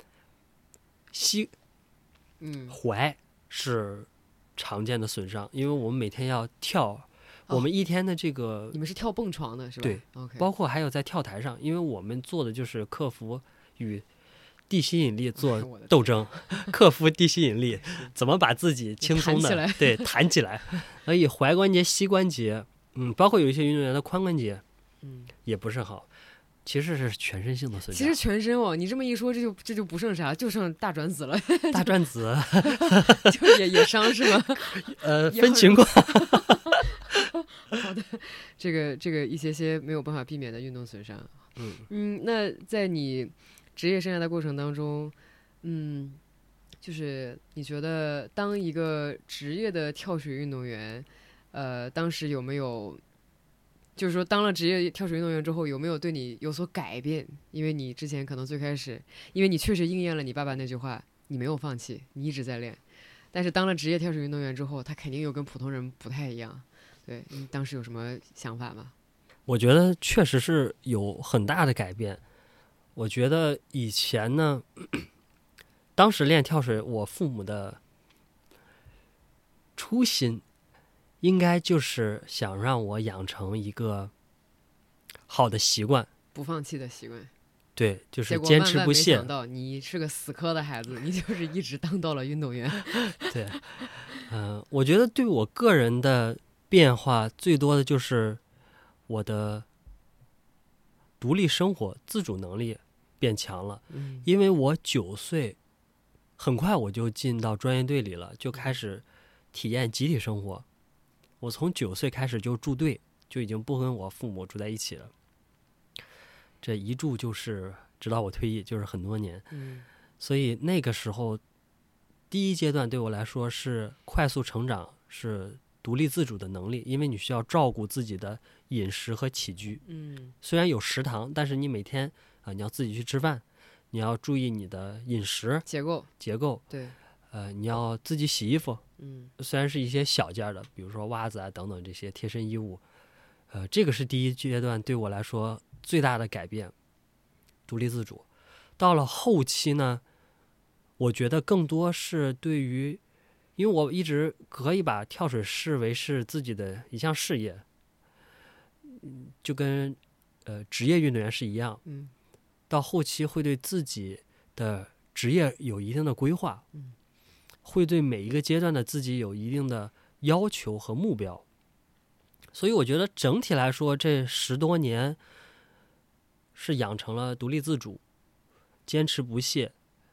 踝是常见的损伤，因为我们每天要跳。我们一天的这个，
你们是跳蹦床的是吧？
对，包括还有在跳台上，因为我们做的就是克服与地心引力做斗争，克服地心引力，怎么把自己轻松的弹起来。所以踝关节、膝关节，包括有一些运动员的髋关节，也不是好。其实是全身性的损伤。
其实全身你这么一说，这就不剩啥，就剩大转子了。
大转子
就也伤是吗？
分情况。
好的，这个一些没有办法避免的运动损伤。那在你职业生涯的过程当中，就是你觉得当一个职业的跳水运动员，当时有没有，就是说当了职业跳水运动员之后，有没有对你有所改变？因为你之前可能最开始，因为你确实应验了你爸爸那句话，你没有放弃，你一直在练。但是当了职业跳水运动员之后，他肯定又跟普通人不太一样。对，你当时有什么想法吗？
我觉得确实是有很大的改变。我觉得以前呢，当时练跳水，我父母的初心应该就是想让我养成一个好的习惯，
不放弃的习惯。
对，就是坚持不懈。
结果万万没想到你是个死磕的孩子，你就是一直当到了运动员。
对，我觉得对我个人的变化最多的就是我的独立生活自主能力变强了。因为我9岁很快我就进到专业队里了，就开始体验集体生活。我从9岁开始就住队，就已经不跟我父母住在一起了。这一住就是直到我退役，就是很多年。所以那个时候，第一阶段对我来说是快速成长，是独立自主的能力，因为你需要照顾自己的饮食和起居。虽然有食堂，但是你每天你要自己去吃饭，你要注意你的饮食
结构，
对，你要自己洗衣服。虽然是一些小件的，比如说袜子啊等等这些贴身衣物，这个是第一阶段对我来说最大的改变，独立自主。到了后期呢，我觉得更多是对于，因为我一直可以把跳水视为是自己的一项事业，就跟职业运动员是一样。到后期会对自己的职业有一定的规划，会对每一个阶段的自己有一定的要求和目标。所以我觉得整体来说，这10多年是养成了独立自主、坚持不懈，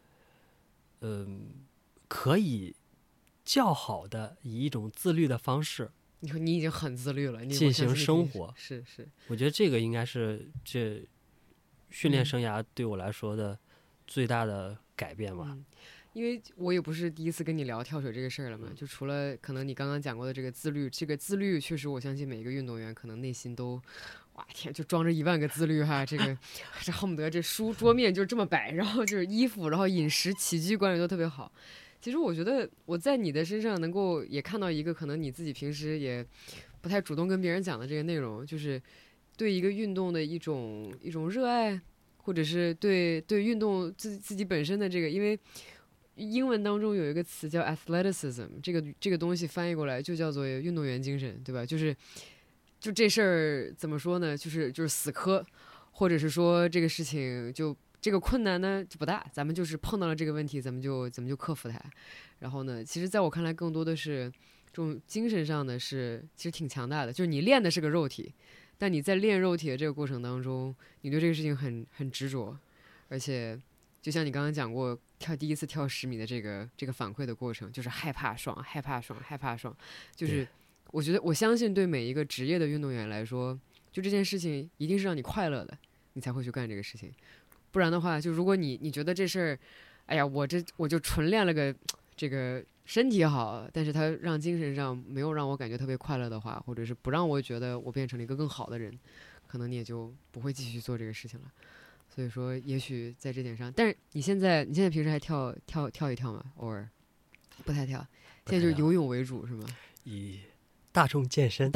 可以较好的以一种自律的方式，
你说你已经很自律了，
进行生活。
是，
我觉得这个应该是这训练生涯对我来说的最大的改变吧。
因为我也不是第一次跟你聊跳水这个事儿了嘛，就除了可能你刚刚讲过的这个自律，这个自律确实我相信每一个运动员可能内心都，哇天，就装着1万个自律哈，这恨不得这书桌面就这么摆，然后就是衣服，然后饮食起居管理都特别好。其实我觉得我在你的身上能够也看到一个可能你自己平时也不太主动跟别人讲的这个内容，就是对一个运动的一种热爱，或者是对运动自己本身的这个，因为英文当中有一个词叫 athleticism， 这个东西翻译过来就叫做运动员精神，对吧？就这事儿怎么说呢？就是死磕，或者是说这个事情就这个困难呢就不大，咱们就是碰到了这个问题，咱们就克服它。然后呢，其实在我看来，更多的是这种精神上的是其实挺强大的，就是你练的是个肉体，但你在练肉体的这个过程当中，你对这个事情很执着，而且就像你刚刚讲过，第一次跳10米的这个反馈的过程，就是害怕爽，害怕爽，害怕爽，就是我觉得我相信对每一个职业的运动员来说，就这件事情一定是让你快乐的，你才会去干这个事情。不然的话，就如果你觉得这事儿，哎呀，我就纯练了个这个身体好，但是它让精神上没有让我感觉特别快乐的话，或者是不让我觉得我变成了一个更好的人，可能你也就不会继续做这个事情了。所以说，也许在这点上，但是你现在平时还跳一跳吗？偶尔不太跳，现在就是游泳为主是吗？
以大众健身，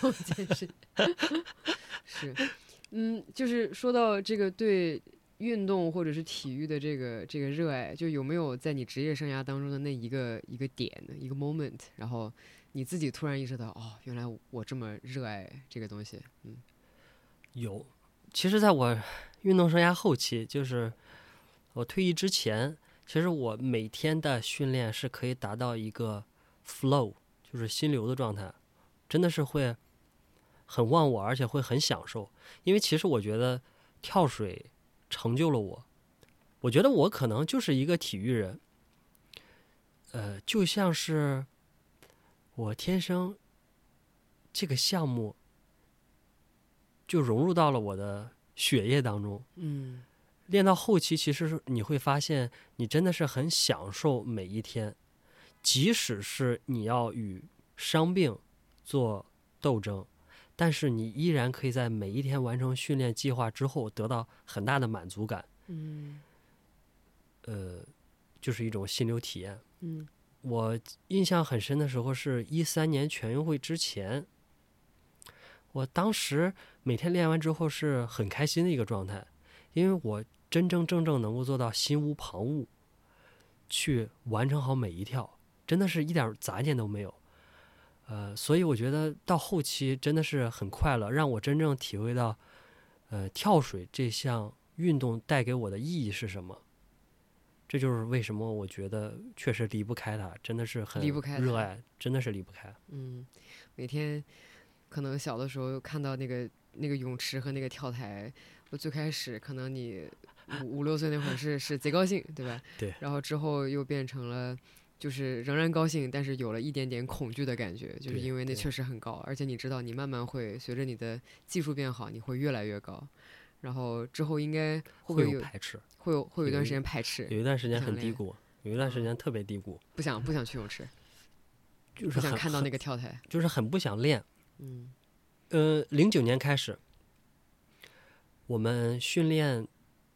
是，就是说到这个对运动或者是体育的这个热爱，就有没有在你职业生涯当中的那一个点一个 moment， 然后你自己突然意识到，哦，原来我这么热爱这个东西。
有。其实在我运动生涯后期，就是我退役之前，其实我每天的训练是可以达到一个 flow， 就是心流的状态，真的是会很忘我，而且会很享受。因为其实我觉得跳水成就了我，我觉得我可能就是一个体育人，就像是我天生这个项目就融入到了我的血液当中。练到后期，其实你会发现，你真的是很享受每一天，即使是你要与伤病做斗争，但是你依然可以在每一天完成训练计划之后得到很大的满足感。就是一种心流体验。我印象很深的时候是13年全运会之前，我当时每天练完之后是很开心的一个状态，因为我真正能够做到心无旁骛，去完成好每一跳，真的是一点杂念都没有。所以我觉得到后期真的是很快乐，让我真正体会到，跳水这项运动带给我的意义是什么。这就是为什么我觉得确实离不开它，真的是很热爱，真的是离不开。
每天可能小的时候看到那个泳池和那个跳台，我最开始可能你 5、6岁那会儿是贼高兴，对吧？
对。
然后之后又变成了，就是仍然高兴，但是有了一点点恐惧的感觉，就是因为那确实很高，而且你知道，你慢慢会随着你的技术变好，你会越来越高。然后之后应该会不会
有排斥？
会有一段时间排斥，
有一段时间很低谷，有一段时间特别低谷，
不想去泳池，
就是
不想看到那个跳台，
就是很不想练。09年开始，我们训练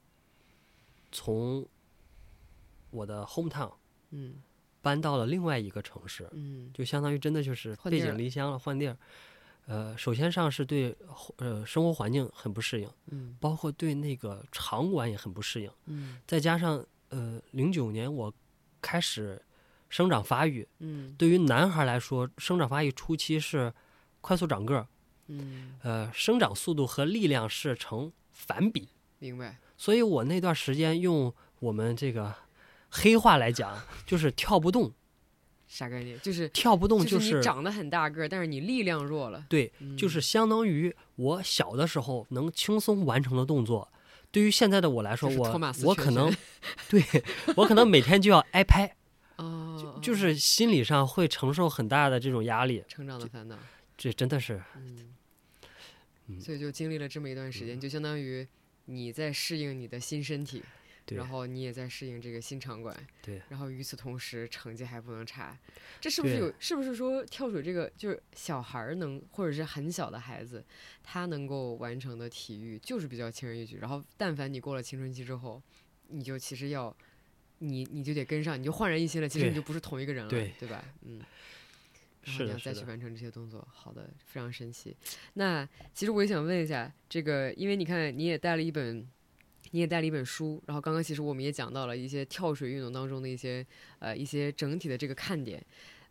从我的 hometown 搬到了另外一个城市，就相当于真的就是背井离乡了，换地儿。首先上是对生活环境很不适应，包括对那个场馆也很不适应，再加上09年我开始生长发育，对于男孩来说，生长发育初期是快速长个儿，生长速度和力量是成反比，
明白？
所以我那段时间用我们这个黑话来讲，就是跳不动。
啥概念？就是
跳不动，
就是你长得很大个，但是你力量弱了。
对，就是相当于我小的时候能轻松完成的动作，对于现在的我来说，我可能，对我可能每天就要挨拍，就是心理上会承受很大的这种压力。
成长的烦恼，
这真的是，
所以就经历了这么一段时间，就相当于你在适应你的新身体。然后你也在适应这个新场馆，
对。
然后与此同时，成绩还不能差，这是不是是不是说跳水这个就是小孩能或者是很小的孩子，他能够完成的体育就是比较轻而易举。然后但凡你过了青春期之后，你就其实要你就得跟上，你就焕然一新了，其实你就不是同一个人了，对吧？然后你要再去完成这些动作，好的，非常神奇。那其实我也想问一下，这个因为你看你也带了一本书，然后刚刚其实我们也讲到了一些跳水运动当中的一些整体的这个看点，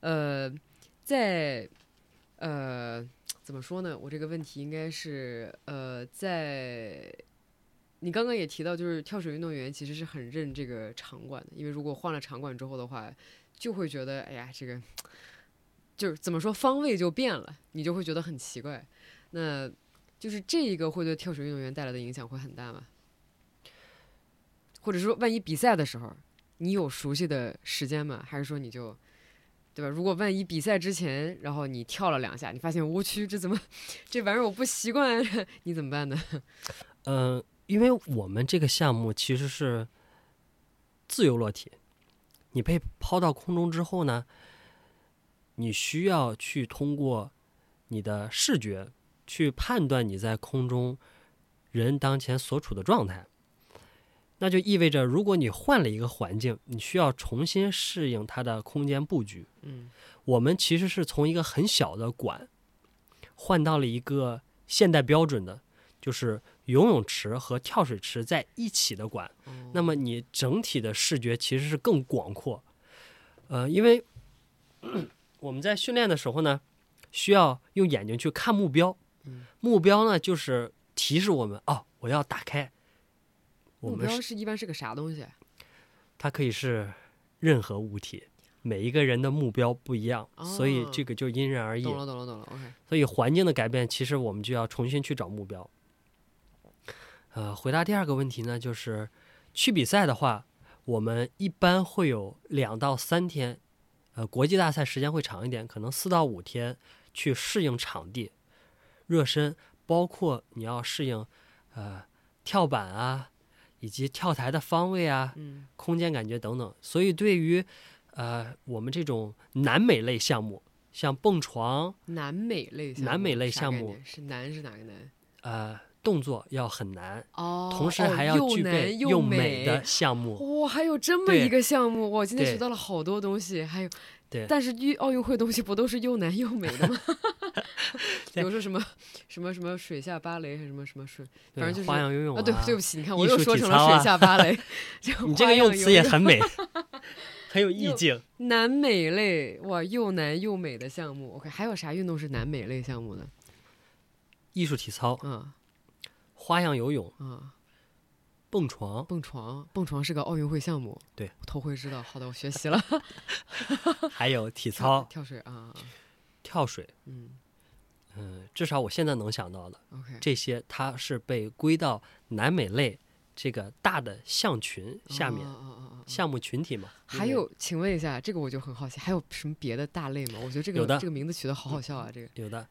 在怎么说呢？我这个问题应该是在你刚刚也提到，就是跳水运动员其实是很认这个场馆的，因为如果换了场馆之后的话，就会觉得哎呀，这个就是怎么说方位就变了，你就会觉得很奇怪。那就是这一个会对跳水运动员带来的影响会很大吗？或者说万一比赛的时候你有熟悉的时间吗？还是说你就对吧？如果万一比赛之前然后你跳了2下，你发现我去这玩意儿我不习惯，你怎么办呢？
因为我们这个项目其实是自由落体，你被抛到空中之后呢，你需要去通过你的视觉去判断你在空中人当前所处的状态。那就意味着，如果你换了一个环境，你需要重新适应它的空间布局。我们其实是从一个很小的馆换到了一个现代标准的，就是游泳池和跳水池在一起的馆。那么你整体的视觉其实是更广阔。因为我们在训练的时候呢，需要用眼睛去看目标。目标呢，就是提示我们我要打开。
目标一般是个啥东西？
它可以是任何物体，每一个人的目标不一样，所以这个就因人而异。
懂了 OK。
所以环境的改变，其实我们就要重新去找目标。回答第二个问题呢，就是去比赛的话，我们一般会有2到3天，国际大赛时间会长一点，可能4到5天去适应场地、热身，包括你要适应跳板啊，以及跳台的方位啊，空间感觉等等。所以对于我们这种南美类项目，像蹦床，
南美类项目是难是哪个难？
动作要很难，同时还要具备又美的项目。
哇，还有这么一个项目，我今天学到了好多东西。还有，但是奥运会东西不都是又难又美的吗？比如说什么水下芭蕾，还是什么水，反正就是
花样游泳啊。
对不起，你看我又说成了水下芭蕾。
你这个用词也很美，很有意境。
南美类，哇，又难又美的项目。OK， 还有啥运动是南美类项目呢？
艺术体操。花样游泳蹦
床是个奥运会项目，
对，
我头回知道。好的，我学习了。
还有体操、
跳水
跳水，至少我现在能想到的，这些它是被归到南美类这个大的项群下面，项目群体嘛。
还有，请问一下，这个我就很好奇，还有什么别的大类吗？我觉得这个名字取得好好笑啊，这个
有的，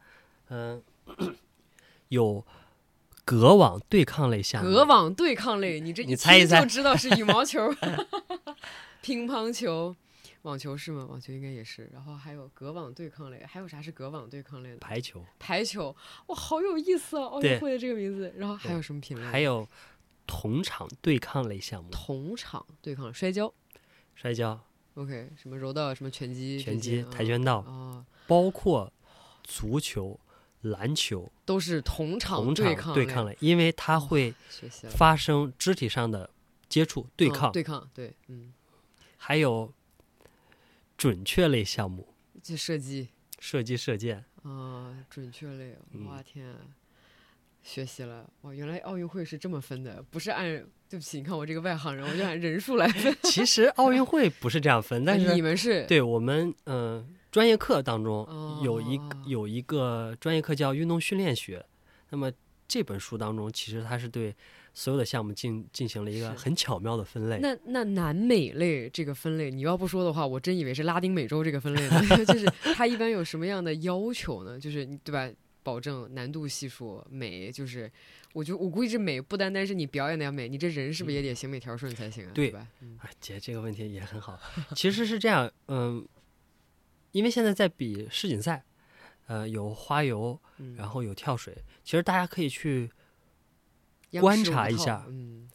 有隔网对抗类项目。
隔网对抗类，你
猜一猜
就知道是羽毛球、乒乓球、网球是吗？网球应该也是。然后还有隔网对抗类，还有啥是隔网对抗类的？
排球。
排球，哇，好有意思啊！奥运会的这个名字。然后还有什么品类？
还有同场对抗类项目。
同场对抗，摔跤。OK， 什么柔道，什么拳击、
跆拳道，包括足球、篮球，
都是同场对抗
类，因为它会发生肢体上的接触对抗。
对，
还有准确类项目，
就射击、
射箭
准确类，哇天啊！学习了哇，原来奥运会是这么分的，不是按对不起，你看我这个外行人，我就按人数来分。
其实奥运会不是这样分，但是
你们是
对我们专业课当中有一个专业课叫运动训练学，那么这本书当中其实它是对所有的项目进行了一个很巧妙的分类。
那南美类这个分类，你要不说的话，我真以为是拉丁美洲这个分类呢。就是它一般有什么样的要求呢？就是对吧？保证难度系数美，就是我估计这美不单单是你表演的要美，你这人是不是也得行美条顺才行啊？对吧？
姐这个问题也很好。其实是这样，因为现在在比世锦赛，有花游，然后有跳水，其实大家可以去观察一下，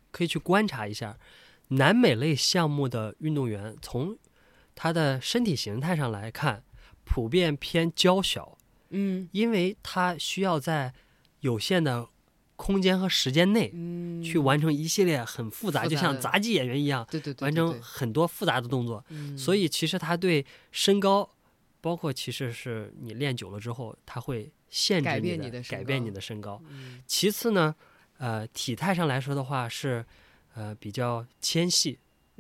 南美类项目的运动员，从他的身体形态上来看，普遍偏娇小。因为他需要在有限的空间和时间内，去完成一系列很复杂，就像杂技演员一样，
对，
完成很多复杂的动作。所以其实他对身高，包括其实是你练久了之后，他会限制改变你的身高。其次呢，体态上来说的话是，比较纤细，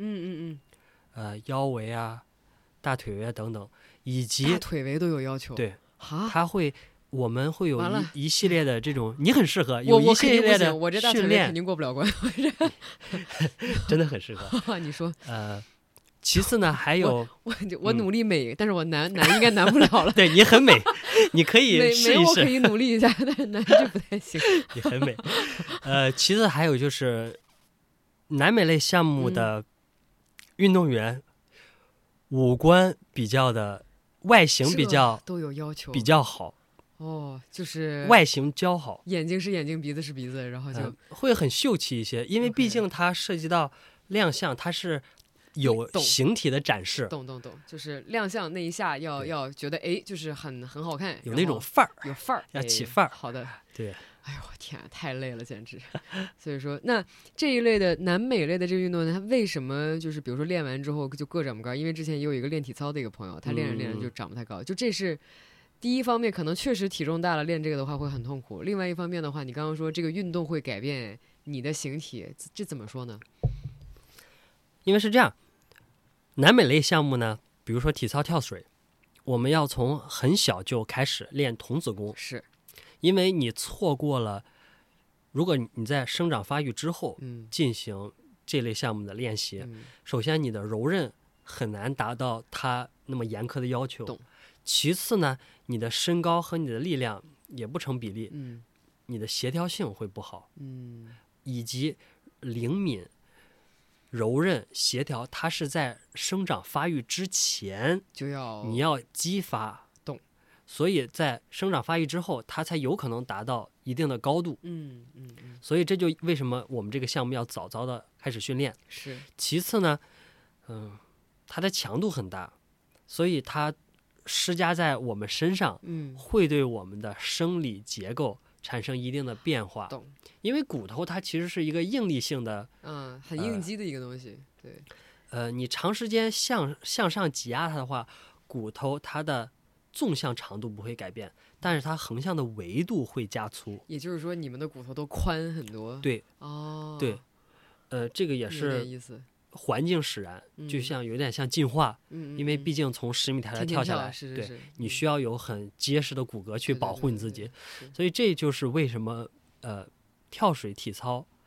腰围啊、大腿围啊等等，以及
大腿围都有要求。
对。我们会有一系列的这种，你很适合有一系列的
我这大腿肯定过不了关，
真的很适合。
你说，
其次呢，还有
我努力美，但是我难应该难不了了。
对你很美，你可以试一试。
我可以努力一下，但是难就不太行。
你很美。其次还有就是南美类项目的运动员，五官比较的。外形比较
都有要求，
比较好
就是
外形姣好，
眼睛是眼睛，鼻子是鼻子，然后就
会很秀气一些。因为毕竟它涉及到亮相，它是有形体的展示。
懂，就是亮相那一下要觉得就是很好看，
有那种范儿，
有范儿，
要起范儿。
好的，
对。
哎呦我天啊，太累了，简直。所以说，那这一类的南美类的这个运动呢，它为什么就是比如说练完之后就个长不高？因为之前也有一个练体操的一个朋友，他练着就长不太高。就这是第一方面，可能确实体重大了练这个的话会很痛苦。另外一方面的话，你刚刚说这个运动会改变你的形体，这怎么说呢？
因为是这样，南美类项目呢，比如说体操、跳水，我们要从很小就开始练童子功。
是。
因为你错过了，如果你在生长发育之后进行这类项目的练习，首先你的柔韧很难达到它那么严苛的要求。其次呢，你的身高和你的力量也不成比例，你的协调性会不好，以及灵敏、柔韧、协调，它是在生长发育之前你要激发。所以在生长发育之后，它才有可能达到一定的高度。所以这就为什么我们这个项目要早早的开始训练。
是。
其次呢，它的强度很大，所以它施加在我们身上，会对我们的生理结构产生一定的变化。
懂。
因为骨头它其实是一个应力性的，
很应激的一个东西。对。
你长时间向上挤压它的话，骨头它的纵向长度不会改变，但是它横向的维度会加粗。
也就是说，你们的骨头都宽很多。
对。对。这个也是环境使然，就像有点像进化。因为毕竟从10米台跳下来，对，你需要有很结实的骨骼去保护你自己。所以这就是为什么跳水、体操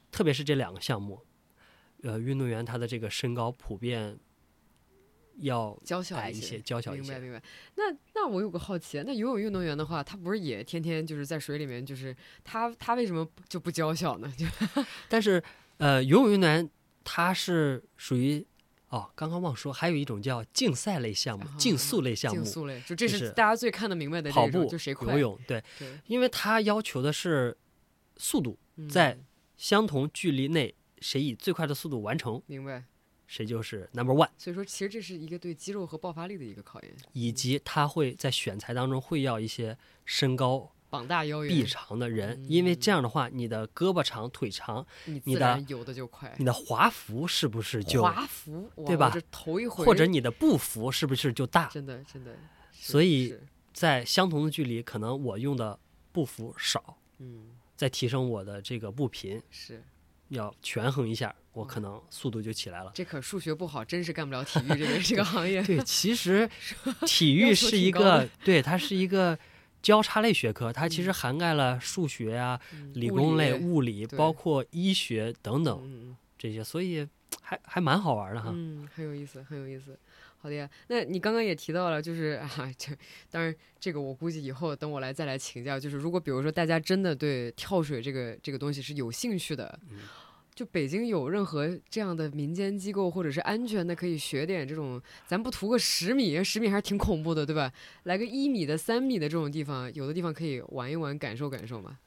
特别是这2个项目，运动员他的这个身高普遍要矮一些，娇小一些。
明白。那我有个好奇，那游泳运动员的话，他不是也天天就是在水里面，就是他为什么就不娇小呢？
但是游泳运动员他是属于刚刚忘说，还有一种叫竞赛类项目、竞速类项目。
竞速类，这是大家最看得明白的
跑步，
就谁快。
游泳，对，因为他要求的是速度，在相同距离内，谁以最快的速度完成，
明白，
谁就是 No.1。
所以说，其实这是一个对肌肉和爆发力的一个考验，
以及他会在选材当中会要一些身高
膀大腰圆、
臂长的人，因为这样的话，你的胳膊长、腿长，
你自然游的就快。
你的华服是不是就
华服，
对吧？
这头一回，
或者你的步幅是不是就大？
真的。
所以在相同的距离，可能我用的步幅少，再提升我的这个步频，
是
要权衡一下，我可能速度就起来了。
这可数学不好，真是干不了体育这个行业。
对，其实体育是一个，对，它是一个交叉类学科，它其实涵盖了数学啊、理工类、物理，包括医学等等这些，所以还蛮好玩的哈。
很有意思。好的呀，那你刚刚也提到了，就是当然这个我估计以后等我再来请教，就是如果比如说大家真的对跳水这个东西是有兴趣的，就北京有任何这样的民间机构或者是安全的可以学点这种，咱不图个10米，10米还是挺恐怖的，对吧？来个1米的、3米的这种地方，有的地方可以玩一玩，感受感受嘛。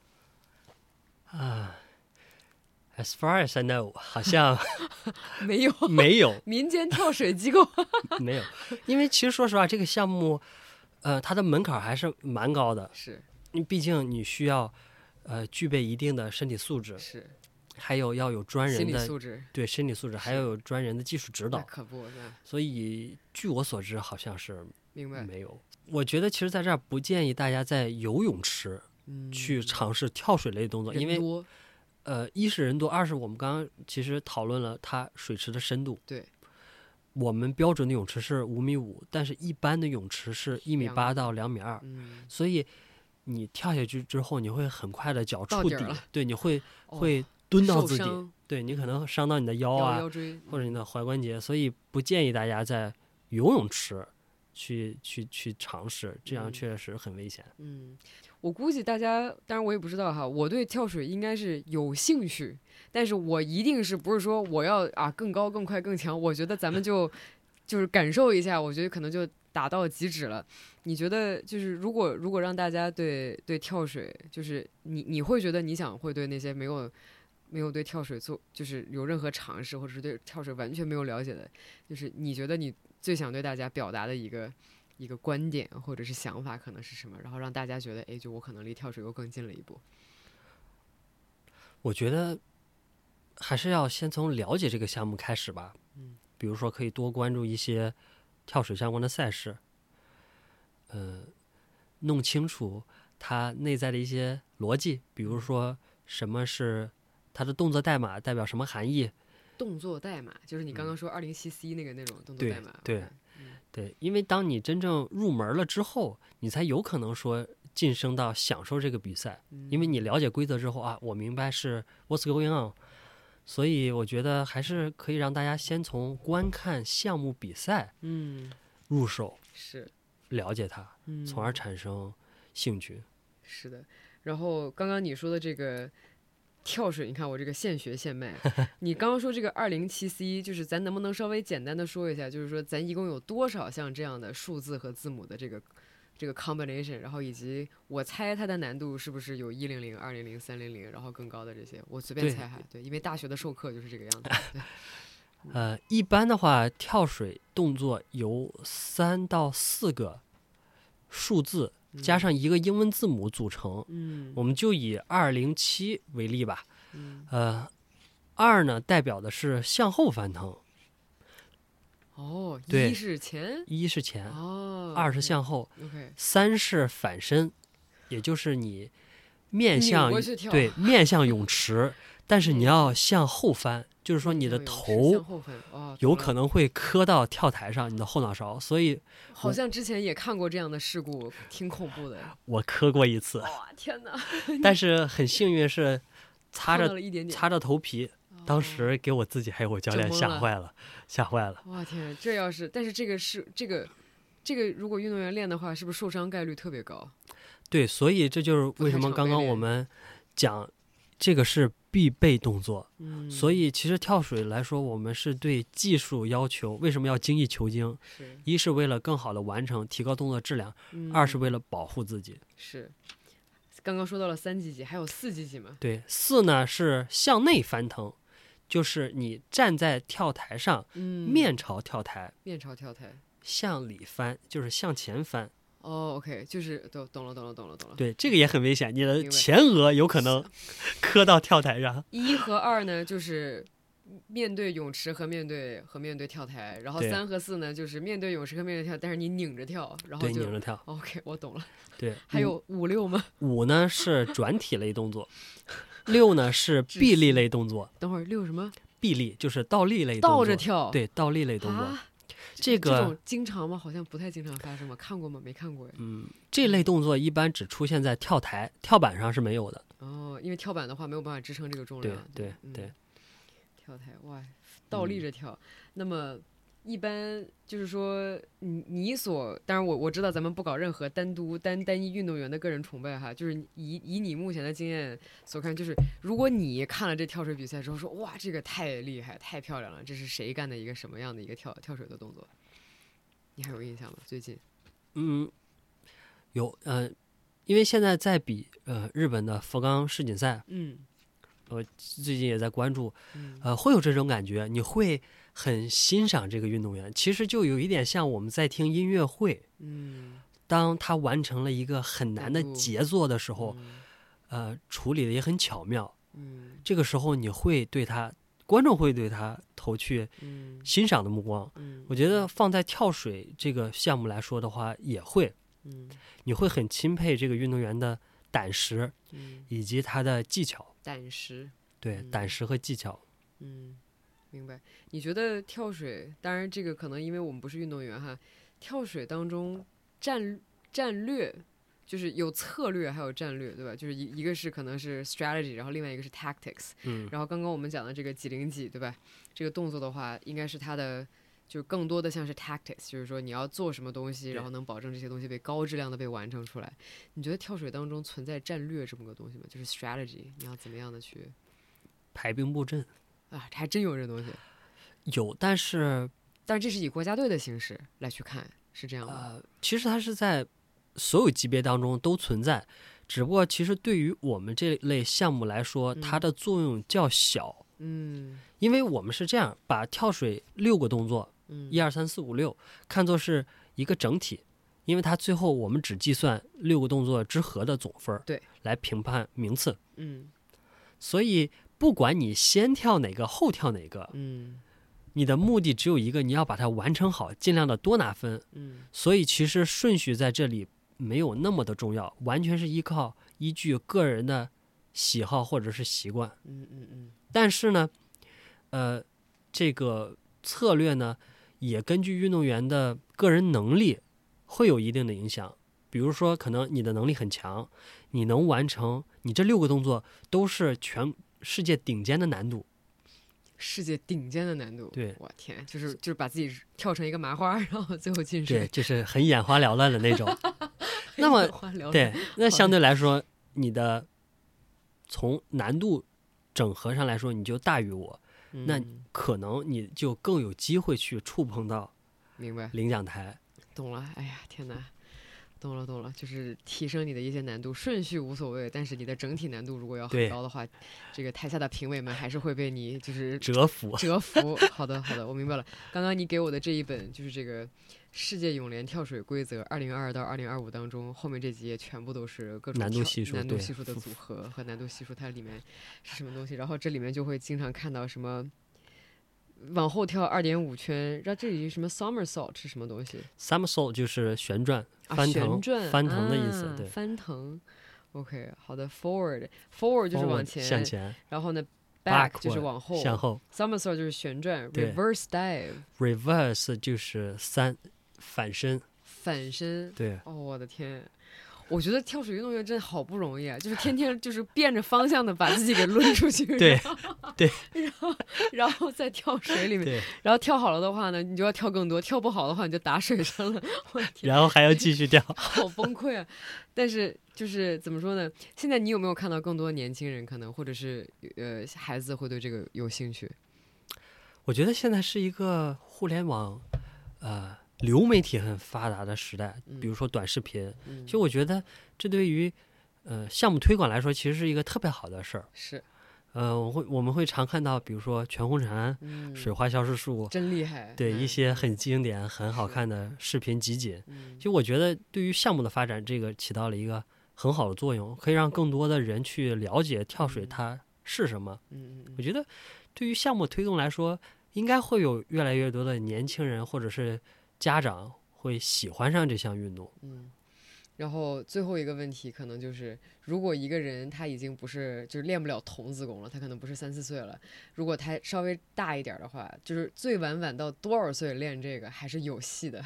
As far as I know， 好像
没有民间跳水机构
没有，因为其实说实话，这个项目，它的门槛还是蛮高的，
是，
因为毕竟你需要具备一定的身体素质，
是，
还有要有专人的
心理素质，
对身体素质，还要有专人的技术指导，
可不，
所以据我所知，好像是
明白
没有。我觉得其实在这儿不建议大家在游泳池去尝试跳水类动作，因为一是人多，二是我们刚刚其实讨论了它水池的深度。
对，
我们标准的泳池是5.5米，但是一般的泳池是1.8米到2.2米，所以你跳下去之后，你会很快的脚触底，对，你会蹲到自己，对你可能伤到你的腰啊，
腰椎
或者你的踝关节，所以不建议大家在游泳池去尝试，这样确实很危险。
我估计大家，当然我也不知道哈，我对跳水应该是有兴趣，但是我一定是不是说我要更高更快更强，我觉得咱们就是感受一下，我觉得可能就达到极致了。你觉得就是如果让大家对跳水，就是你会觉得你想会对那些没有对跳水就是有任何尝试，或者是对跳水完全没有了解的，就是你觉得你最想对大家表达的一个观点或者是想法可能是什么，然后让大家觉得就我可能离跳水又更近了一步。
我觉得还是要先从了解这个项目开始吧，比如说可以多关注一些跳水相关的赛事，弄清楚它内在的一些逻辑，比如说什么是它的动作代码代表什么含义。
动作代码就是你刚刚说207C 那种动作代码。
对，因为当你真正入门了之后，你才有可能说晋升到享受这个比赛，因为你了解规则之后我明白是 what's going on， 所以我觉得还是可以让大家先从观看项目比赛入手，
是
了解它，从而产生兴趣。
是的，然后刚刚你说的这个跳水，你看我这个现学现卖。你刚刚说这个207C，就是咱能不能稍微简单的说一下，就是说咱一共有多少像这样的数字和字母的这个 combination， 然后以及我猜它的难度是不是有100、200、300，然后更高的这些，我随便猜哈。对，因为大学的授课就是这个样子。对
一般的话，跳水动作由3到4个数字加上一个英文字母组成，我们就以207为例吧。2呢代表的是向后翻腾。对
，1是前
，1是前
，2
是向后
，3
是反身，也就是你面向泳池，但是你要向后翻，就是说你的头有可能会磕到跳台上，你的后脑勺，所以
好像之前也看过这样的事故，挺恐怖的。
我磕过一次，
天哪！
但是很幸运是擦
烫到了一点点
着头皮，当时给我自己还有我教练吓坏了。
哇天，这要是，但是这个如果运动员练的话，是不是受伤概率特别高？
对，所以这就是为什么刚刚我们讲这个是必备动作。所以其实跳水来说，我们是对技术要求，为什么要精益求精？一是为了更好的完成，提高动作质量；二是为了保护自己。
是。刚刚说到了3级级，还有4级级吗？
对，4呢是向内翻腾，就是你站在跳台上，面朝跳台，向里翻，就是向前翻。
哦 ，OK， 就是懂了。
对，这个也很危险，你的前额有可能磕到跳台上。
1和2呢，就是面对泳池和面对跳台，然后3和4呢，就是面对泳池和面对跳，但是你拧着跳，然后就
拧着跳。
OK， 我懂了。
对，
还有5、6吗
？5呢是转体类动作，6呢是臂力类动作。
等会儿6什么？
臂力就是倒立类动作，
倒着跳。
对，倒立类动作。
这种经常吗？好像不太经常发生吧？看过吗？没看过哎。
这类动作一般只出现在跳板上是没有的。
哦，因为跳板的话没有办法支撑这个重量。
对。
跳台哇，倒立着跳。那么一般就是说，当然我知道咱们不搞任何单一运动员的个人崇拜哈，就是以你目前的经验所看，就是如果你看了这跳水比赛之后说哇这个太厉害太漂亮了，这是谁干的一个什么样的一个跳水的动作？你还有印象吗？最近？
有因为现在在比日本的福冈世锦赛，我最近也在关注，会有这种感觉，你会很欣赏这个运动员，其实就有一点像我们在听音乐会，当他完成了一个很难的杰作的时候，处理的也很巧妙，这个时候观众会对他投去欣赏的目光，我觉得放在跳水这个项目来说的话，也会，你会很钦佩这个运动员的胆识，以及他的技巧。胆识和技巧。
明白。你觉得跳水，当然这个可能因为我们不是运动员哈，跳水当中战略就是有策略还有战略，对吧？就是一个是可能是 strategy， 然后另外一个是 tactics。然后刚刚我们讲的这个几零几，对吧？这个动作的话，应该是它的就更多的像是 tactics， 就是说你要做什么东西，然后能保证这些东西被高质量的被完成出来。你觉得跳水当中存在战略这么个东西吗？就是 strategy， 你要怎么样的去
排兵布阵
啊？还真有这东西。
有，但是
这是以国家队的形式来去看，是这样吗？
其实它是在所有级别当中都存在，只不过其实对于我们这类项目来说，它的作用较小。因为我们是这样把跳水6个动作，1、2、3、4、5、6看作是一个整体，因为它最后我们只计算6个动作之和的总分，
对，
来评判名次。所以不管你先跳哪个后跳哪个，你的目的只有一个，你要把它完成好，尽量的多拿分。所以其实顺序在这里没有那么的重要，完全是依据个人的喜好或者是习惯。但是呢，这个策略呢，也根据运动员的个人能力会有一定的影响。比如说，可能你的能力很强，你能完成，你这6个动作都是全世界顶尖的难度。对，
我天，就是把自己跳成一个麻花，然后最后进水。
对，就是很眼花缭乱的那种。那么，对，那相对来说，你的从难度整合上来说，你就大于我，那可能你就更有机会去触碰到领奖台。
懂了，哎呀，天哪！懂了，就是提升你的一些难度，顺序无所谓，但是你的整体难度如果要很高的话，这个台下的评委们还是会被你就是
折服。
好的，我明白了。刚刚你给我的这一本就是这个世界泳联跳水规则2022到2025当中，后面这几页全部都是各种
难度系数
的组合和难度系数，它里面是什么东西？然后这里面就会经常看到什么。往后跳2.5圈，然后这里什么 somersault 是什么东西
？somersault 就是旋转、翻腾的意思，对，
翻腾。OK， 好的 ，forward 就是往前，
向前，
然后呢 back 就是往后，
向后
，somersault 就是旋转 ，reverse
dive 就是反身，
对，哦，我的天。 我觉得跳水运动员真的好不容易啊，就是天天就是变着方向的把自己给抡出去，
对对，
然后再跳水里面，
对，
然后跳好了的话呢，你就要跳更多；跳不好的话，你就打水上了。我的天，
然后还要继续跳，
好崩溃啊！但是就是怎么说呢？现在你有没有看到更多年轻人可能或者是孩子会对这个有兴趣？
我觉得现在是一个互联网流媒体很发达的时代，比如说短视频，其实我觉得这对于项目推广来说，其实是一个特别好的事儿。
是，
我们会常看到，比如说全红婵、水花消失术，
真厉害。
对一些很经典、很好看的视频集锦。其实我觉得对于项目的发展，这个起到了一个很好的作用，可以让更多的人去了解跳水它是什么。我觉得对于项目推动来说，应该会有越来越多的年轻人或者是家长会喜欢上这项运动。
然后最后一个问题可能就是，如果一个人他已经不是就是练不了童子功了，他可能不是3、4岁了，如果他稍微大一点的话，就是最晚到多少岁练这个还是有戏的？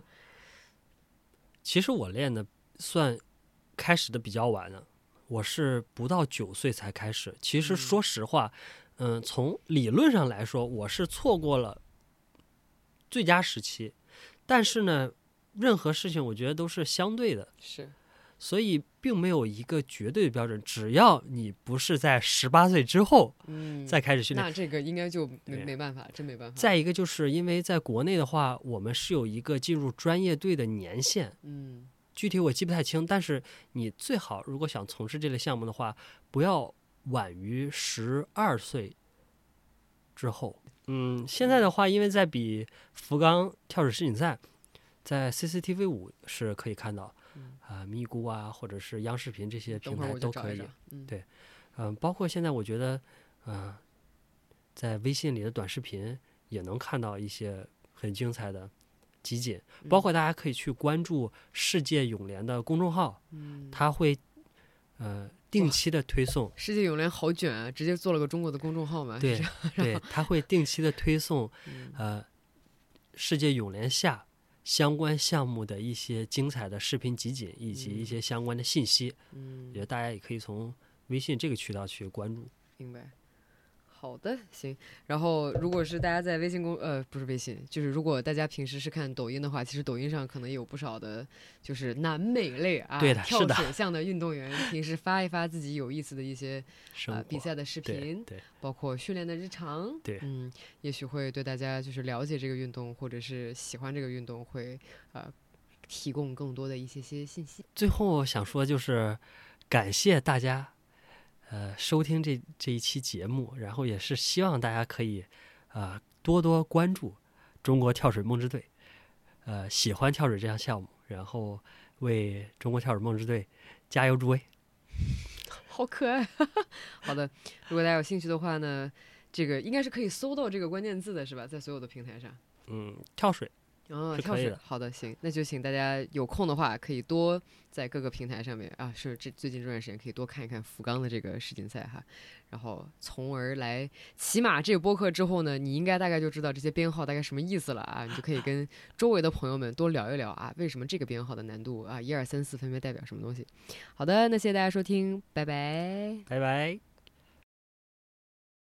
其实我练的算开始的比较晚的，我是不到9岁才开始。其实说实话，从理论上来说，我是错过了最佳时期，但是呢，任何事情我觉得都是相对的，
是，
所以并没有一个绝对的标准。只要你不是在18岁之后，再开始训练，
那这个应该就没办法，真没办法。
再一个就是因为在国内的话，我们是有一个进入专业队的年限，具体我记不太清，但是你最好如果想从事这类项目的话，不要晚于12岁之后。现在的话，因为在比福冈跳水世锦赛，在 CCTV5是可以看到，咪咕啊，或者是央视频这些平台都可以。对，包括现在我觉得，在微信里的短视频也能看到一些很精彩的集锦，包括大家可以去关注世界泳联的公众号，它会定期的推送。
世界泳联好卷啊，直接做了个中国的公众号嘛。
对对，它会定期的推送世界泳联下相关项目的一些精彩的视频集锦以及一些相关的信息。觉得大家也可以从微信这个渠道去关注。
明白。好的，行。然后，如果是大家在微信不是微信，就是如果大家平时是看抖音的话，其实抖音上可能也有不少的，就是南美类啊，
对的，
跳水项的运动员，平时发一发自己有意思的一些比赛的视频，
对，
包括训练的日常，
对，
也许会对大家就是了解这个运动或者是喜欢这个运动会提供更多的一些信息。
最后想说就是感谢大家。收听这一期节目，然后也是希望大家可以多多关注中国跳水梦之队，喜欢跳水这项项目，然后为中国跳水梦之队加油助威。
好可爱。好的，如果大家有兴趣的话呢，这个应该是可以搜到这个关键字的是吧？在所有的平台上。
跳水。
跳水，好的，行，那就请大家有空的话，可以多在各个平台上面是最近这段时间可以多看一看福冈的这个世锦赛哈，然后从而来，起码这个播客之后呢，你应该大概就知道这些编号大概什么意思了啊，你就可以跟周围的朋友们多聊一聊为什么这个编号的难度1、2、3、4分别代表什么东西。好的，那谢谢大家收听，拜拜，
拜拜。